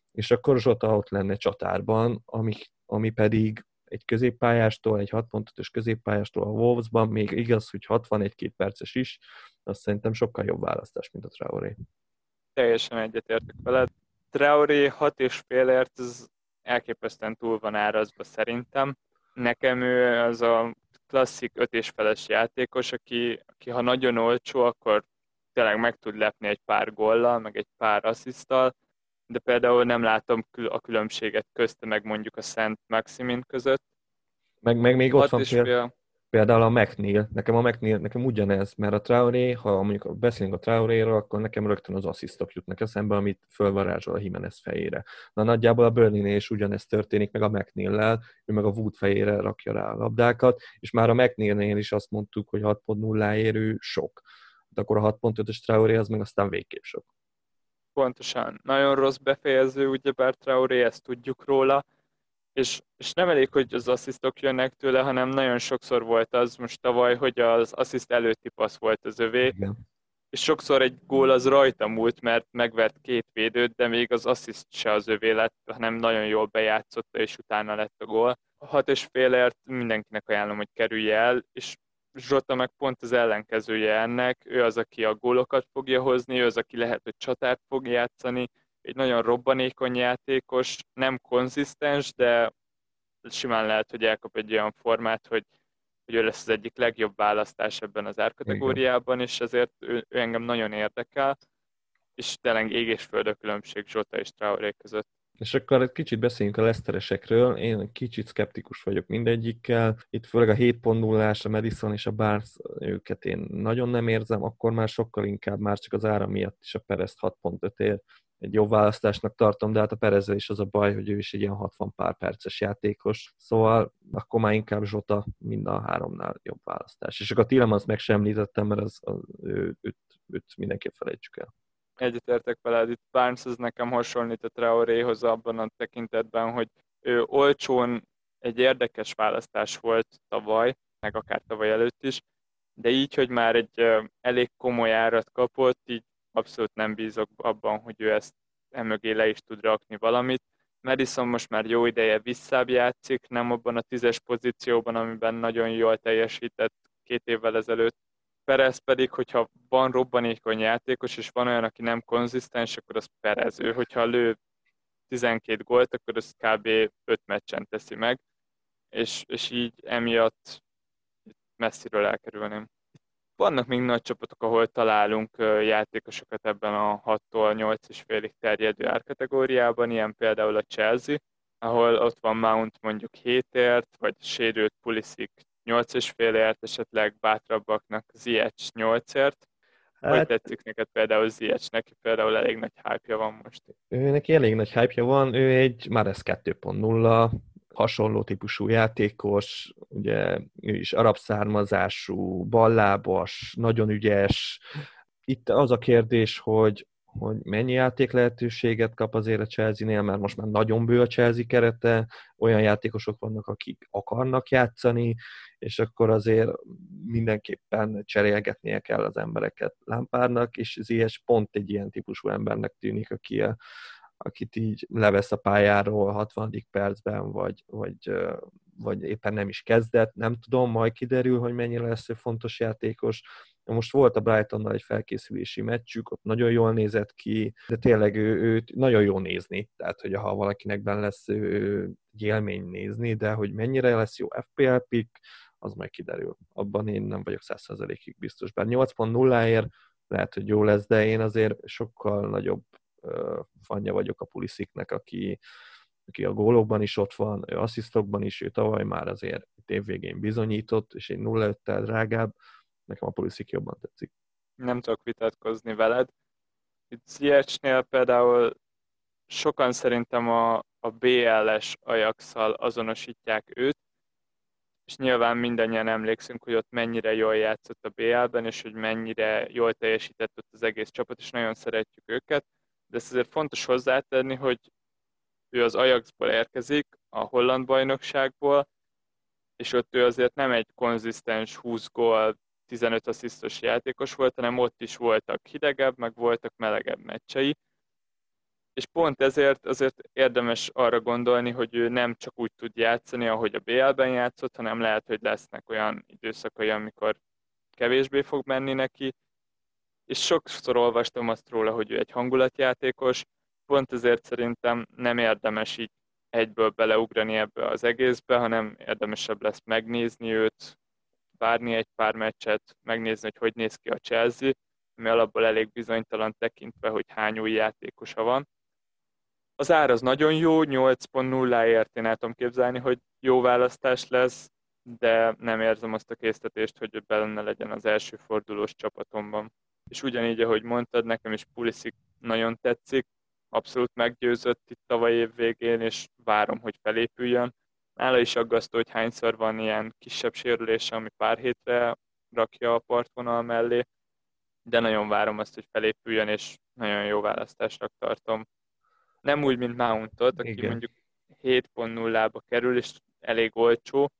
és akkor Zsota ott lenne csatárban, ami, ami pedig egy középpályástól, egy hat pont ötös középpályástól a Wolvesban, még igaz, hogy hatvanegy-két perces is, azt szerintem sokkal jobb választás, mint a Traoré. Teljesen egyetértek veled. Traoré hat és félért, ez elképesztően túl van árazva szerintem. Nekem ő az a klasszik öt és feles játékos, aki, aki ha nagyon olcsó, akkor tényleg meg tud lepni egy pár góllal, meg egy pár assziszttal, de például nem látom a különbséget közte meg mondjuk a Szent Maximin között. Meg, meg még ott Hat van és például, fél. például a McNeil. Nekem a McNeil, nekem ugyanez, mert a Traoré, ha mondjuk beszélünk a Traoréról, akkor nekem rögtön az asszisztok jutnak eszembe, amit fölvarázsol a Jimenez fejére. Na nagyjából a Burnley-nél is ugyanez történik, meg a McNeil-lel, ő meg a Wood fejére rakja rá a labdákat, és már a McNeil-nél is azt mondtuk, hogy hat pont nulla érő sok. De akkor a hat pont ötös Traoré az meg aztán végképp sok. Pontosan. Nagyon rossz befejező, ugyebár Traoré, ezt tudjuk róla, és, és nem elég, hogy az asszisztok jönnek tőle, hanem nagyon sokszor volt az most tavaly, hogy az assziszt előtti passz volt az övé, Igen. és sokszor egy gól az rajta múlt, mert megvert két védőt, de még az assziszt se az övé lett, hanem nagyon jól bejátszotta, és utána lett a gól. A hat és félért mindenkinek ajánlom, hogy kerülje el, és Zsota meg pont az ellenkezője ennek, ő az, aki a gólokat fogja hozni, ő az, aki lehet, hogy csatárt fog játszani, egy nagyon robbanékony játékos, nem konzisztens, de simán lehet, hogy elkap egy olyan formát, hogy, hogy ő lesz az egyik legjobb választás ebben az árkategóriában, és ezért ő, ő engem nagyon érdekel, és tényleg ég és föld a különbség Zsota és Traoré között. És akkor egy kicsit beszéljünk a Leicesteresekről. Én kicsit szkeptikus vagyok mindegyikkel. Itt főleg a hét pont nullás, a Madison és a Barnes, őket én nagyon nem érzem, akkor már sokkal inkább, már csak az ára miatt is a Perezt hat pont ötért egy jobb választásnak tartom, de hát a Perezzel is az a baj, hogy ő is egy ilyen hatvan pár perces játékos. Szóval akkor már inkább Zsota mind a háromnál jobb választás. És akkor a Tielemans meg sem említettem, mert az, az, ő, őt, őt mindenképp felejtsük el. Egyetértek veled, itt Barnes az nekem hasonlít a Traoréhoz abban a tekintetben, hogy ő olcsón egy érdekes választás volt tavaly, meg akár tavaly előtt is, de így, hogy már egy elég komoly árat kapott, így abszolút nem bízok abban, hogy ő ezt emögé le is tud rakni valamit. Madison most már jó ideje visszább játszik, nem abban a tízes pozícióban, amiben nagyon jól teljesített két évvel ezelőtt. Perez pedig, hogyha van robbanékony játékos, és van olyan, aki nem konzisztens, akkor az Perez. Ő, hogyha lő tizenkét gólt, akkor az kb. öt meccsen teszi meg, és, és így emiatt messziről elkerülném. Vannak még nagy csapatok, ahol találunk játékosokat ebben a hattól nyolc és félig terjedő árkategóriában, ilyen például a Chelsea, ahol ott van Mount mondjuk hétért, vagy sérült Pulisic nyolc és félért, esetleg bátrabbaknak Ziyech nyolcért. Hát, hogy tetszik neked például Ziyech? Neki például elég nagy hype-ja van most. Ő neki elég nagy hype-ja van, ő egy Mahrez kettő pont nulla, hasonló típusú játékos, ugye ő is arab származású, ballábas, nagyon ügyes. Itt az a kérdés, hogy, hogy mennyi játék lehetőséget kap azért a Chelsea-nél, mert most már nagyon bő a Chelsea kerete, olyan játékosok vannak, akik akarnak játszani, és akkor azért mindenképpen cserélgetnie kell az embereket Lampardnak, és Ziyech pont egy ilyen típusú embernek tűnik, aki a akit így levesz a pályáról hatvadik percben, vagy, vagy, vagy éppen nem is kezdett, nem tudom, majd kiderül, hogy mennyire lesz ő fontos játékos. Most volt a Brightonnal egy felkészülési meccsük, ott nagyon jól nézett ki, de tényleg ő, őt nagyon jó nézni, tehát hogy ha valakinek benne lesz ő, ő egy élmény nézni, de hogy mennyire lesz jó ef pé el pick, az majd kiderül. Abban én nem vagyok száz százalékig biztos. Bár nyolc pont nulla-ért lehet, hogy jó lesz, de én azért sokkal nagyobb fanja vagyok a Pulisicnek, aki, aki a gólokban is ott van, ő asszisztokban is, ő tavaly már azért évvégén bizonyított, és egy nulla öttel drágább, nekem a Pulisic jobban tetszik. Nem tudok vitatkozni veled. Itt Ziyechnél például sokan szerintem a, a bé el-es Ajax-szal azonosítják őt, és nyilván mindannyian emlékszünk, hogy ott mennyire jól játszott a bé el-ben, és hogy mennyire jól teljesített ott az egész csapat, és nagyon szeretjük őket, de ezt azért fontos hozzátenni, hogy ő az Ajaxból érkezik, a holland bajnokságból, és ott ő azért nem egy konzisztens húsz gól, tizenöt asszisztos játékos volt, hanem ott is voltak hidegebb, meg voltak melegebb meccsei, és pont ezért azért érdemes arra gondolni, hogy ő nem csak úgy tud játszani, ahogy a bé el-ben játszott, hanem lehet, hogy lesznek olyan időszakai, amikor kevésbé fog menni neki, és sokszor olvastam azt róla, hogy ő egy hangulatjátékos, pont ezért szerintem nem érdemes így egyből beleugrani ebbe az egészbe, hanem érdemesebb lesz megnézni őt, várni egy pár meccset, megnézni, hogy hogy néz ki a Chelsea, ami alapból elég bizonytalan tekintve, hogy hány új játékosa van. Az ár az nagyon jó, nyolc pont nulla-ért én el tudom képzelni, hogy jó választás lesz, de nem érzem azt a késztetést, hogy benne legyen az első fordulós csapatomban. És ugyanígy, ahogy mondtad, nekem is Pulisic nagyon tetszik, abszolút meggyőzött itt tavaly év végén, és várom, hogy felépüljön. Nála is aggasztó, hogy hányszor van ilyen kisebb sérülése, ami pár hétre rakja a partvonal mellé, de nagyon várom azt, hogy felépüljön, és nagyon jó választásnak tartom. Nem úgy, mint Mountot, aki Igen. mondjuk hét pont nulla-ba kerül, és elég olcsó.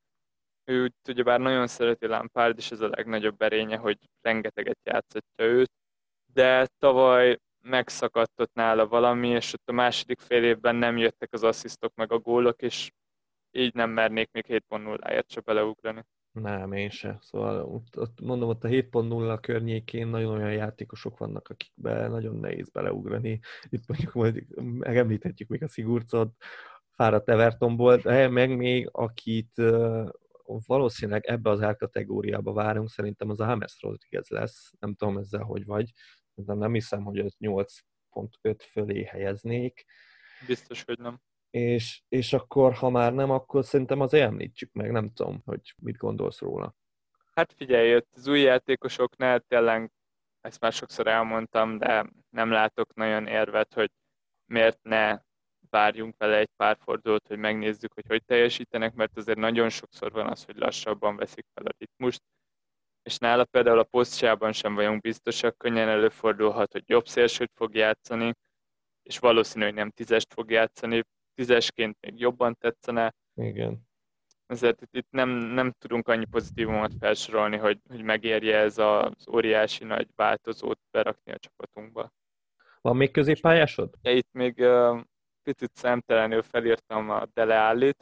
Ő ugyebár nagyon szereti Lampard, és ez a legnagyobb erénye, hogy rengeteget játszatja őt, de tavaly megszakadt ott nála valami, és ott a második fél évben nem jöttek az asszisztok meg a gólok, és így nem mernék még hét pont nulla-ért se beleugrani. Nem, én se. Szóval ott, ott mondom, ott a hét pont nulla környékén nagyon olyan játékosok vannak, akikbe nagyon nehéz beleugrani. Itt mondjuk majd megemlíthetjük még a Sigurdssont, fáradt Evertonból, de meg még akit uh, valószínűleg ebbe az árkategóriába várunk, szerintem az a James Rodriguez lesz. Nem tudom ezzel, hogy vagy. Nem, nem hiszem, hogy őt nyolc pont öt fölé helyeznék. Biztos, hogy nem. És, és akkor, ha már nem, akkor szerintem azért említsük meg, nem tudom, hogy mit gondolsz róla. Hát figyelj, ott az új játékosoknál tényleg, ezt már sokszor elmondtam, de nem látok nagyon érvet, hogy miért ne várjunk vele egy pár fordulót, hogy megnézzük, hogy hogy teljesítenek, mert azért nagyon sokszor van az, hogy lassabban veszik fel a ritmust, és nála például a posztjában sem vagyunk biztosak, könnyen előfordulhat, hogy jobb szélsőt fog játszani, és valószínű, hogy nem tízest fog játszani, tízesként még jobban tetszene, Igen. ezért itt, itt nem, nem tudunk annyi pozitívumot felsorolni, hogy, hogy megérje ez az óriási nagy változót berakni a csapatunkba. Van még középpályásod? Ja, itt még uh, picit szemtelenül felírtam a Dele Allit.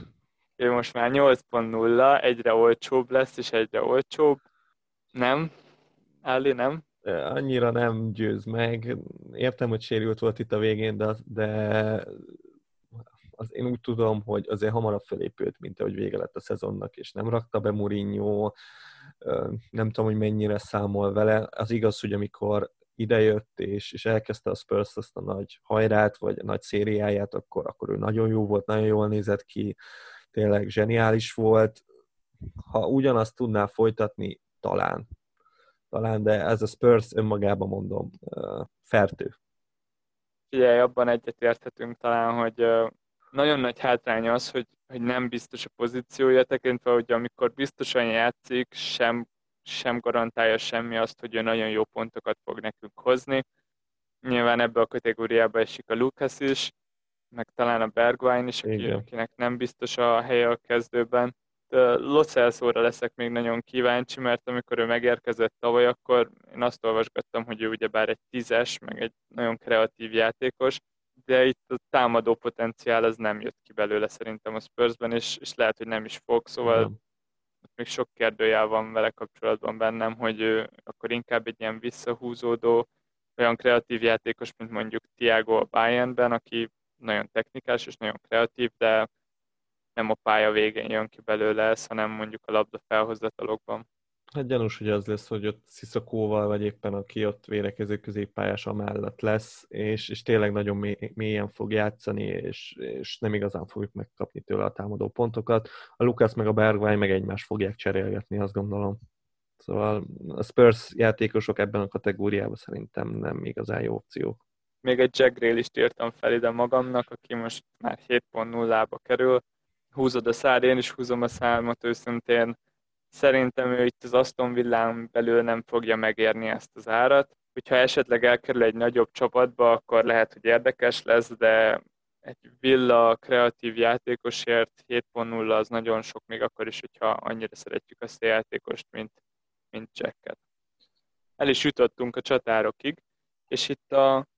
Ő most már nyolc pont nulla, egyre olcsóbb lesz, és egyre olcsóbb. Nem? Alli, nem? Annyira nem győz meg. Értem, hogy sérült volt itt a végén, de, de az én úgy tudom, hogy azért hamarabb felépült, mint ahogy vége lett a szezonnak, és nem rakta be Mourinho, nem tudom, hogy mennyire számol vele. Az igaz, hogy amikor idejött, és, és elkezdte a Spurs azt a nagy hajrát, vagy a nagy szériáját, akkor, akkor ő nagyon jó volt, nagyon jól nézett ki, tényleg zseniális volt. Ha ugyanazt tudná folytatni, talán. Talán, de ez a Spurs önmagában mondom, fertő. Figyelj, abban egyetérthetünk talán, hogy uh, nagyon nagy hátrány az, hogy, hogy nem biztos a pozíciója, tekintve, hogy amikor biztosan játszik, sem, sem garantálja semmi azt, hogy ő nagyon jó pontokat fog nekünk hozni. Nyilván ebbe a kategóriába esik a Lucas is, meg talán a Bergwijn is, aki, Igen. akinek nem biztos a helye a kezdőben. Lo Celso-ra leszek még nagyon kíváncsi, mert amikor ő megérkezett tavaly, akkor én azt olvasgattam, hogy ő ugyebár egy tízes, meg egy nagyon kreatív játékos, de itt a támadó potenciál az nem jött ki belőle szerintem a Spursben, és, és lehet, hogy nem is fog, szóval Igen. még sok kérdőjel van vele kapcsolatban bennem, hogy ő akkor inkább egy ilyen visszahúzódó, olyan kreatív játékos, mint mondjuk Thiago a Bayernben, aki nagyon technikás és nagyon kreatív, de nem a pálya végén jön ki belőle ez, hanem mondjuk a labda felhozatalokban. Hát gyanús, hogy az lesz, hogy ott Sziszakóval, vagy éppen aki ott védekező középpályás mellett lesz, és, és tényleg nagyon mély, mélyen fog játszani, és, és nem igazán fogjuk megkapni tőle a támadó pontokat. A Lucas meg a Bergwijn meg egymást fogják cserélgetni, azt gondolom. Szóval a Spurs játékosok ebben a kategóriában szerintem nem igazán jó opciók. Még egy Jack Grealish-t írtam fel ide magamnak, aki most már hét pont nulla-ba kerül. Húzod a szád, én is húzom a számot őszintén. Szerintem ő itt az Aston Villán belül nem fogja megérni ezt az árat. Hogyha esetleg elkerül egy nagyobb csapatba, akkor lehet, hogy érdekes lesz, de egy Villa kreatív játékosért hét pont nulla az nagyon sok, még akkor is, hogyha annyira szeretjük azt a játékost, mint, mint Jacket. El is jutottunk a csatárokig, és itt a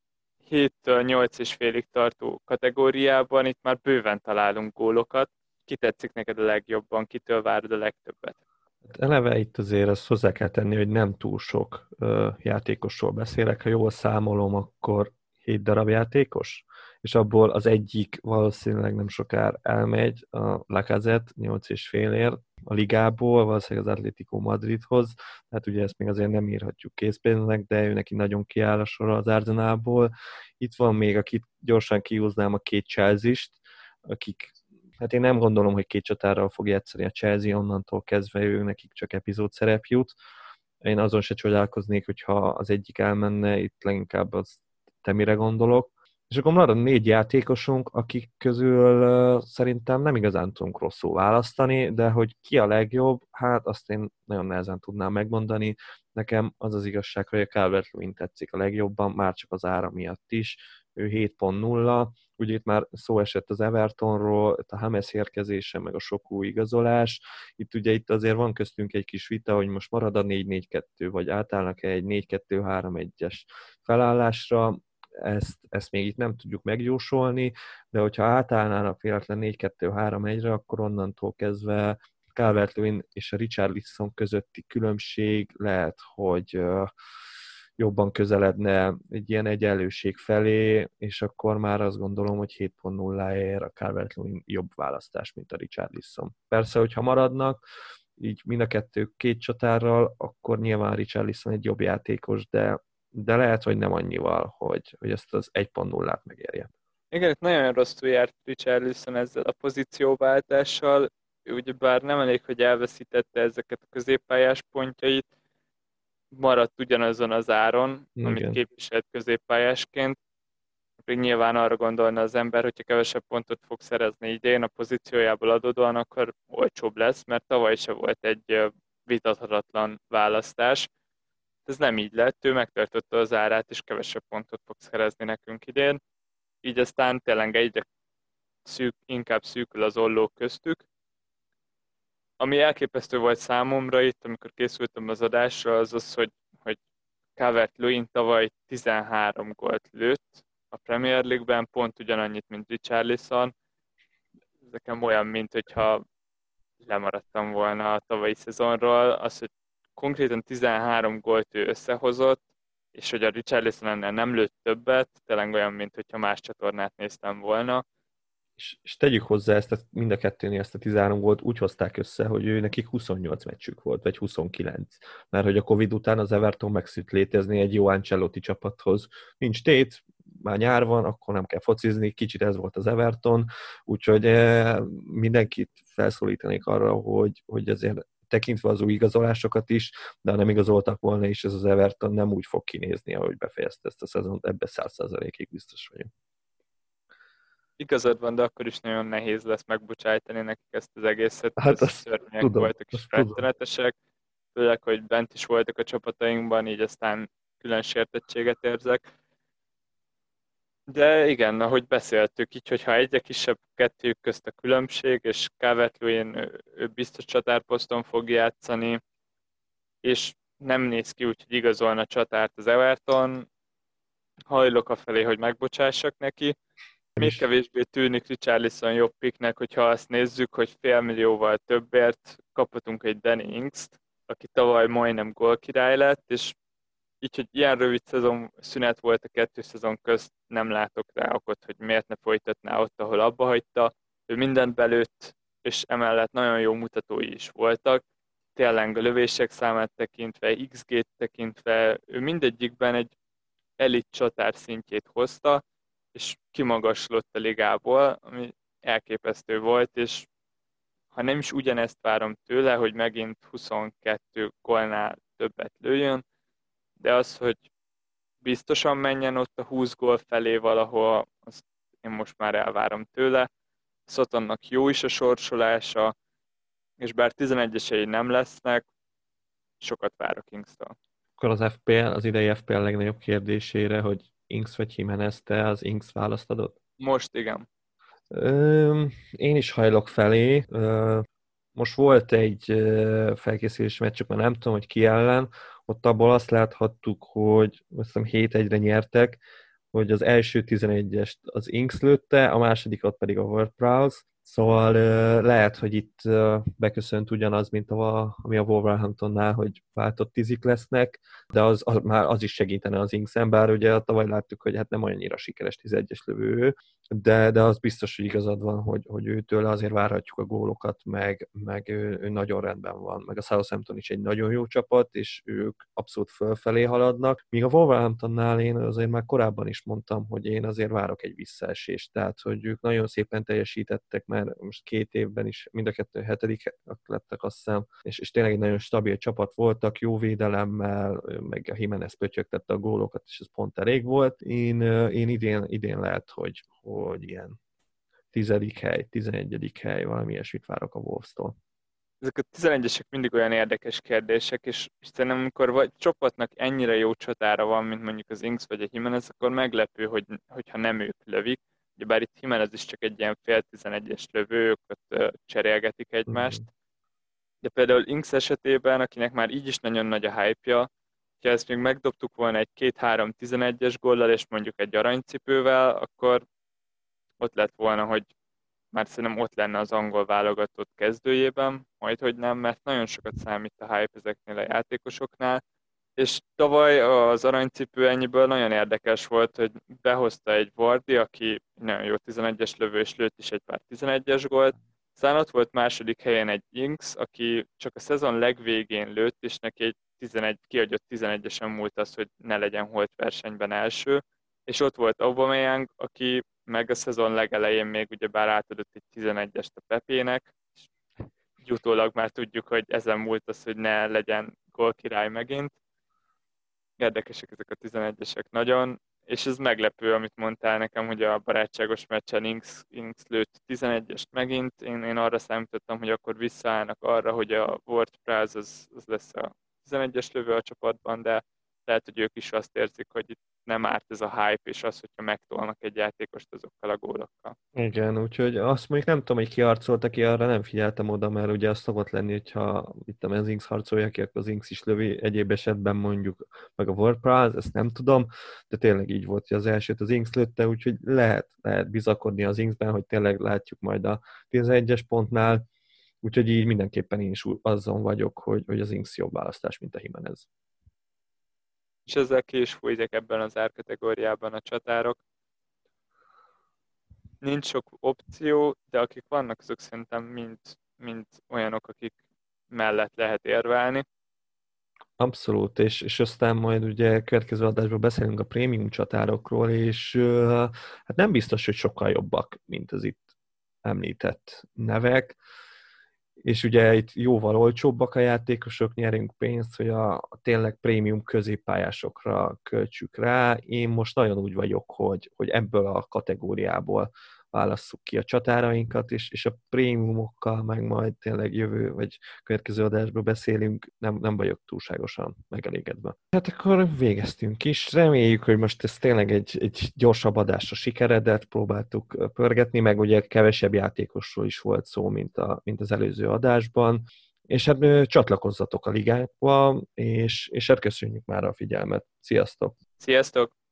héttől nyolc és félig tartó kategóriában itt már bőven találunk gólokat. Ki tetszik neked a legjobban, kitől várod a legtöbbet? Hát eleve itt azért azt hozzá kell tenni, hogy nem túl sok ö, játékosról beszélek. Ha jól számolom, akkor hét darab játékos, és abból az egyik valószínűleg nem sokára elmegy, a Lacazette nyolc és félért a ligából, valószínűleg az Atlético Madridhoz, tehát ugye ezt még azért nem írhatjuk készpénznek, de ő neki nagyon kiáll a sor az Arsenalból. Itt van még, akit gyorsan kihúznám, a két Chelsea-st, akik, hát én nem gondolom, hogy két csatárral fog játszani a Chelsea, onnantól kezdve ő nekik csak epizód szerep jut. Én azon se csodálkoznék, hogyha az egyik elmenne, itt leginkább az te mire gondolok. És akkor marad négy játékosunk, akik közül uh, szerintem nem igazán tudunk rosszul választani, de hogy ki a legjobb, hát azt én nagyon nehezen tudnám megmondani. Nekem az az igazság, hogy a Calvert-Lewin tetszik a legjobban, már csak az ára miatt is. Ő hét pont nulla, ugye itt már szó esett az Evertonról, a James érkezése, meg a sok új igazolás. Itt ugye itt azért van köztünk egy kis vita, hogy most marad a négy négy kettő, vagy átállnak-e egy négy kettő három egyes felállásra. Ezt, ezt még itt nem tudjuk megjósolni, de hogyha átállnának véletlen négy kettő három egyre, akkor onnantól kezdve Calvert-Lewin és a Richarlison közötti különbség lehet, hogy jobban közeledne egy ilyen egyenlőség felé, és akkor már azt gondolom, hogy hét pont nulla-ért a Calvert-Lewin jobb választás, mint a Richarlison. Persze, hogyha maradnak, így mind a kettő két csatárral, akkor nyilván Richarlison egy jobb játékos, de de lehet, hogy nem annyival, hogy, hogy ezt az egy pont nullát megérje. Igen, itt nagyon rosszul járt Richarlison ezzel a pozícióváltással. Ő ugyebár nem elég, hogy elveszítette ezeket a középpályás pontjait, maradt ugyanazon az áron, Igen. amit képviselt középpályásként. Még nyilván arra gondolna az ember, hogyha kevesebb pontot fog szerezni idén a pozíciójából adódóan, akkor olcsóbb lesz, mert tavaly se volt egy vitathatatlan választás. Ez nem így lett, ő megtartotta az árát, és kevesebb pontot fog szerezni nekünk idén. Így aztán tényleg egyre szűk, inkább szűkül az olló köztük. Ami elképesztő volt számomra itt, amikor készültem az adásra, az az, hogy, hogy Calvert-Lewin tavaly tizenhárom gólt lőtt a Premier League-ben, pont ugyanannyit, mint Richarlison. Ez nekem olyan, mint hogyha lemaradtam volna a tavalyi szezonról. Az, hogy konkrétan tizenhárom gólt ő összehozott, és hogy a Richarlison ennél nem lőtt többet, tényleg olyan, mint hogyha más csatornát néztem volna. És, és tegyük hozzá ezt a, mind a kettőnél ezt a tizenhárom gólt úgy hozták össze, hogy ő nekik huszonnyolc meccsük volt, vagy huszonkilenc. Mert hogy a Covid után az Everton megszűnt létezni egy jó Ancelotti csapathoz. Nincs tét, már nyár van, akkor nem kell focizni, kicsit ez volt az Everton, úgyhogy mindenkit felszólítanék arra, hogy, hogy azért tekintve az új igazolásokat is, de ha nem igazoltak volna is, ez az Everton nem úgy fog kinézni, ahogy befejezte ezt a szezont, ebbe száz százalékig biztos vagyok. Igazad van, de akkor is nagyon nehéz lesz megbocsájtani nekik ezt az egészet. Hát ez szörnyek tudom, voltak és rettenetesek, főleg, hogy bent is voltak a csapatainkban, így aztán külön sértettséget érzek. De igen, ahogy beszéltük, így, hogyha egyre kisebb kettőjük közt a különbség, és Calvert-Lewin ő, ő biztos csatárposzton fog játszani, és nem néz ki úgy, hogy igazolna a csatárt az Everton, hajlok afelé, hogy megbocsássak neki. Még kevésbé tűnik Richarlison jobb picknek, hogyha azt nézzük, hogy fél millióval többért kaphatunk egy Danny Ings-t, aki tavaly majdnem gólkirály lett, és így, hogy ilyen rövid szezon szünet volt a kettő szezon közt, nem látok rá okot, hogy miért ne folytatná ott, ahol abba hagyta. Ő mindent belőtt, és emellett nagyon jó mutatói is voltak. Tényleg a lövések számát tekintve, iksz gé-t tekintve, ő mindegyikben egy elit csatár szintjét hozta, és kimagaslott a ligából, ami elképesztő volt, és ha nem is ugyanezt várom tőle, hogy megint huszonkettő gólnál többet lőjön, de az, hogy biztosan menjen ott a húsz gól felé valahol, azt én most már elvárom tőle. Sotonnak jó is a sorsolása, és bár tizenegyesei nem lesznek, sokat várok Ings-től. Akkor az ef pé el, az idei ef pé el legnagyobb kérdésére, hogy Ings vagy Jimenez, te az Ings választadod? Most igen. Ö, én is hajlok felé. Ö, most volt egy felkészülési meccsük, már nem tudom, hogy ki ellen, ott abból azt láthattuk, hogy azt hiszem hét egyre nyertek, hogy az első tizenegyest az Inks lőtte, a másodikat pedig a WordPress. Szóval uh, lehet, hogy itt uh, beköszönt ugyanaz, mint a, ami a Wolverhamptonnál, hogy váltott tízik lesznek, de az, az már az is segítene az Inksen, bár ugye tavaly láttuk, hogy hát nem annyira sikeres tizenegyes lövő, de, de az biztos, hogy igazad van, hogy, hogy őtől azért várhatjuk a gólokat, meg, meg ő, ő nagyon rendben van, meg a Southampton is egy nagyon jó csapat, és ők abszolút fölfelé haladnak, míg a Wolverhamptonnál én azért már korábban is mondtam, hogy én azért várok egy visszaesést, tehát hogy ők nagyon szépen teljesítettek, mert most két évben is mind a kettő hetedik lettek, azt hiszem, és, és tényleg egy nagyon stabil csapat voltak, jó védelemmel, meg a Jimenez pötyögtette a gólokat, és ez pont elég volt. Én, én idén, idén lehet, hogy, hogy ilyen tizedik hely, tizenegyedik hely, valami ilyesmit várok a Wolves-tól. Ezek a tizenegyesek mindig olyan érdekes kérdések, és szerintem amikor vagy csapatnak ennyire jó csatára van, mint mondjuk az Inks vagy a Jimenez, akkor meglepő, hogy, hogyha nem ők lövik. Ugyebár itt Jimenez is csak egy ilyen fél tizenegyes lövő, ők ott cserélgetik egymást. Mm. De például Inks esetében, akinek már így is nagyon nagy a hype-ja, ha ezt még megdobtuk volna egy két-három tizenegyes góllal, és mondjuk egy aranycipővel, akkor ott lett volna, hogy már szerintem ott lenne az angol válogatott kezdőjében, majd hogy nem, mert nagyon sokat számít a hype ezeknél a játékosoknál, és tavaly az aranycipő ennyiből nagyon érdekes volt, hogy behozta egy Vardy, aki nagyon jó tizenegyes lövő, és lőtt is egy pár tizenegyes gólt, aztán ott volt második helyen egy Inks, aki csak a szezon legvégén lőtt, és neki egy tizenegy, kiadott tizenegyesen múlt az, hogy ne legyen holt versenyben első, és ott volt Aubameyang, aki meg a szezon legelején még ugyebár átadott egy tizenegyest a Pepének, és utólag már tudjuk, hogy ezen múlt az, hogy ne legyen gólkirály megint. Érdekesek ezek a tizenegyesek nagyon, és ez meglepő, amit mondtál nekem, hogy a barátságos meccsen Inks, Inks lőtt tizenegyest megint. Én, én arra számítottam, hogy akkor visszaállnak arra, hogy a WordPress az, az lesz a tizenegyes lövő a csapatban, de lehet, hogy ők is azt érzik, hogy itt nem árt ez a hype, és az, hogyha megtolnak egy játékost azokkal a gólokkal. Igen, úgyhogy azt mondjuk nem tudom, hogy ki harcolta ki, arra nem figyeltem oda, mert ugye az szokott lenni, hogyha itt az Inks harcolja ki, akkor az Inks is lövi, egyéb esetben mondjuk meg a WordPress, ezt nem tudom, de tényleg így volt, hogy az elsőt az Inks lőtte, úgyhogy lehet, lehet bizakodni az Inksben, hogy tényleg látjuk majd a tizenegyes pontnál, úgyhogy így mindenképpen én is azon vagyok, hogy, hogy az Inks jobb választás, mint a Jimenez. És ezzel ki is fújják ebben az árkategóriában a csatárok. Nincs sok opció, de akik vannak, azok szerintem mind, mind olyanok, akik mellett lehet érvelni. Abszolút, és, és aztán majd ugye következő adásban beszélünk a prémium csatárokról, és uh, hát nem biztos, hogy sokkal jobbak, mint az itt említett nevek, és ugye itt jóval olcsóbbak a játékosok, nyerünk pénzt, hogy a, a tényleg prémium középpályásokra költsük rá. Én most nagyon úgy vagyok, hogy, hogy ebből a kategóriából válasszuk ki a csatárainkat, és, és a prémiumokkal meg majd tényleg jövő vagy következő adásban beszélünk, nem, nem vagyok túlságosan megelégedve. Hát akkor végeztünk is. Reméljük, hogy most ez tényleg egy, egy gyorsabb adásra sikeredett, próbáltuk pörgetni, meg ugye kevesebb játékosról is volt szó, mint, a, mint az előző adásban. És hát csatlakozzatok a ligába, és, és hát köszönjük már a figyelmet. Sziasztok! Sziasztok!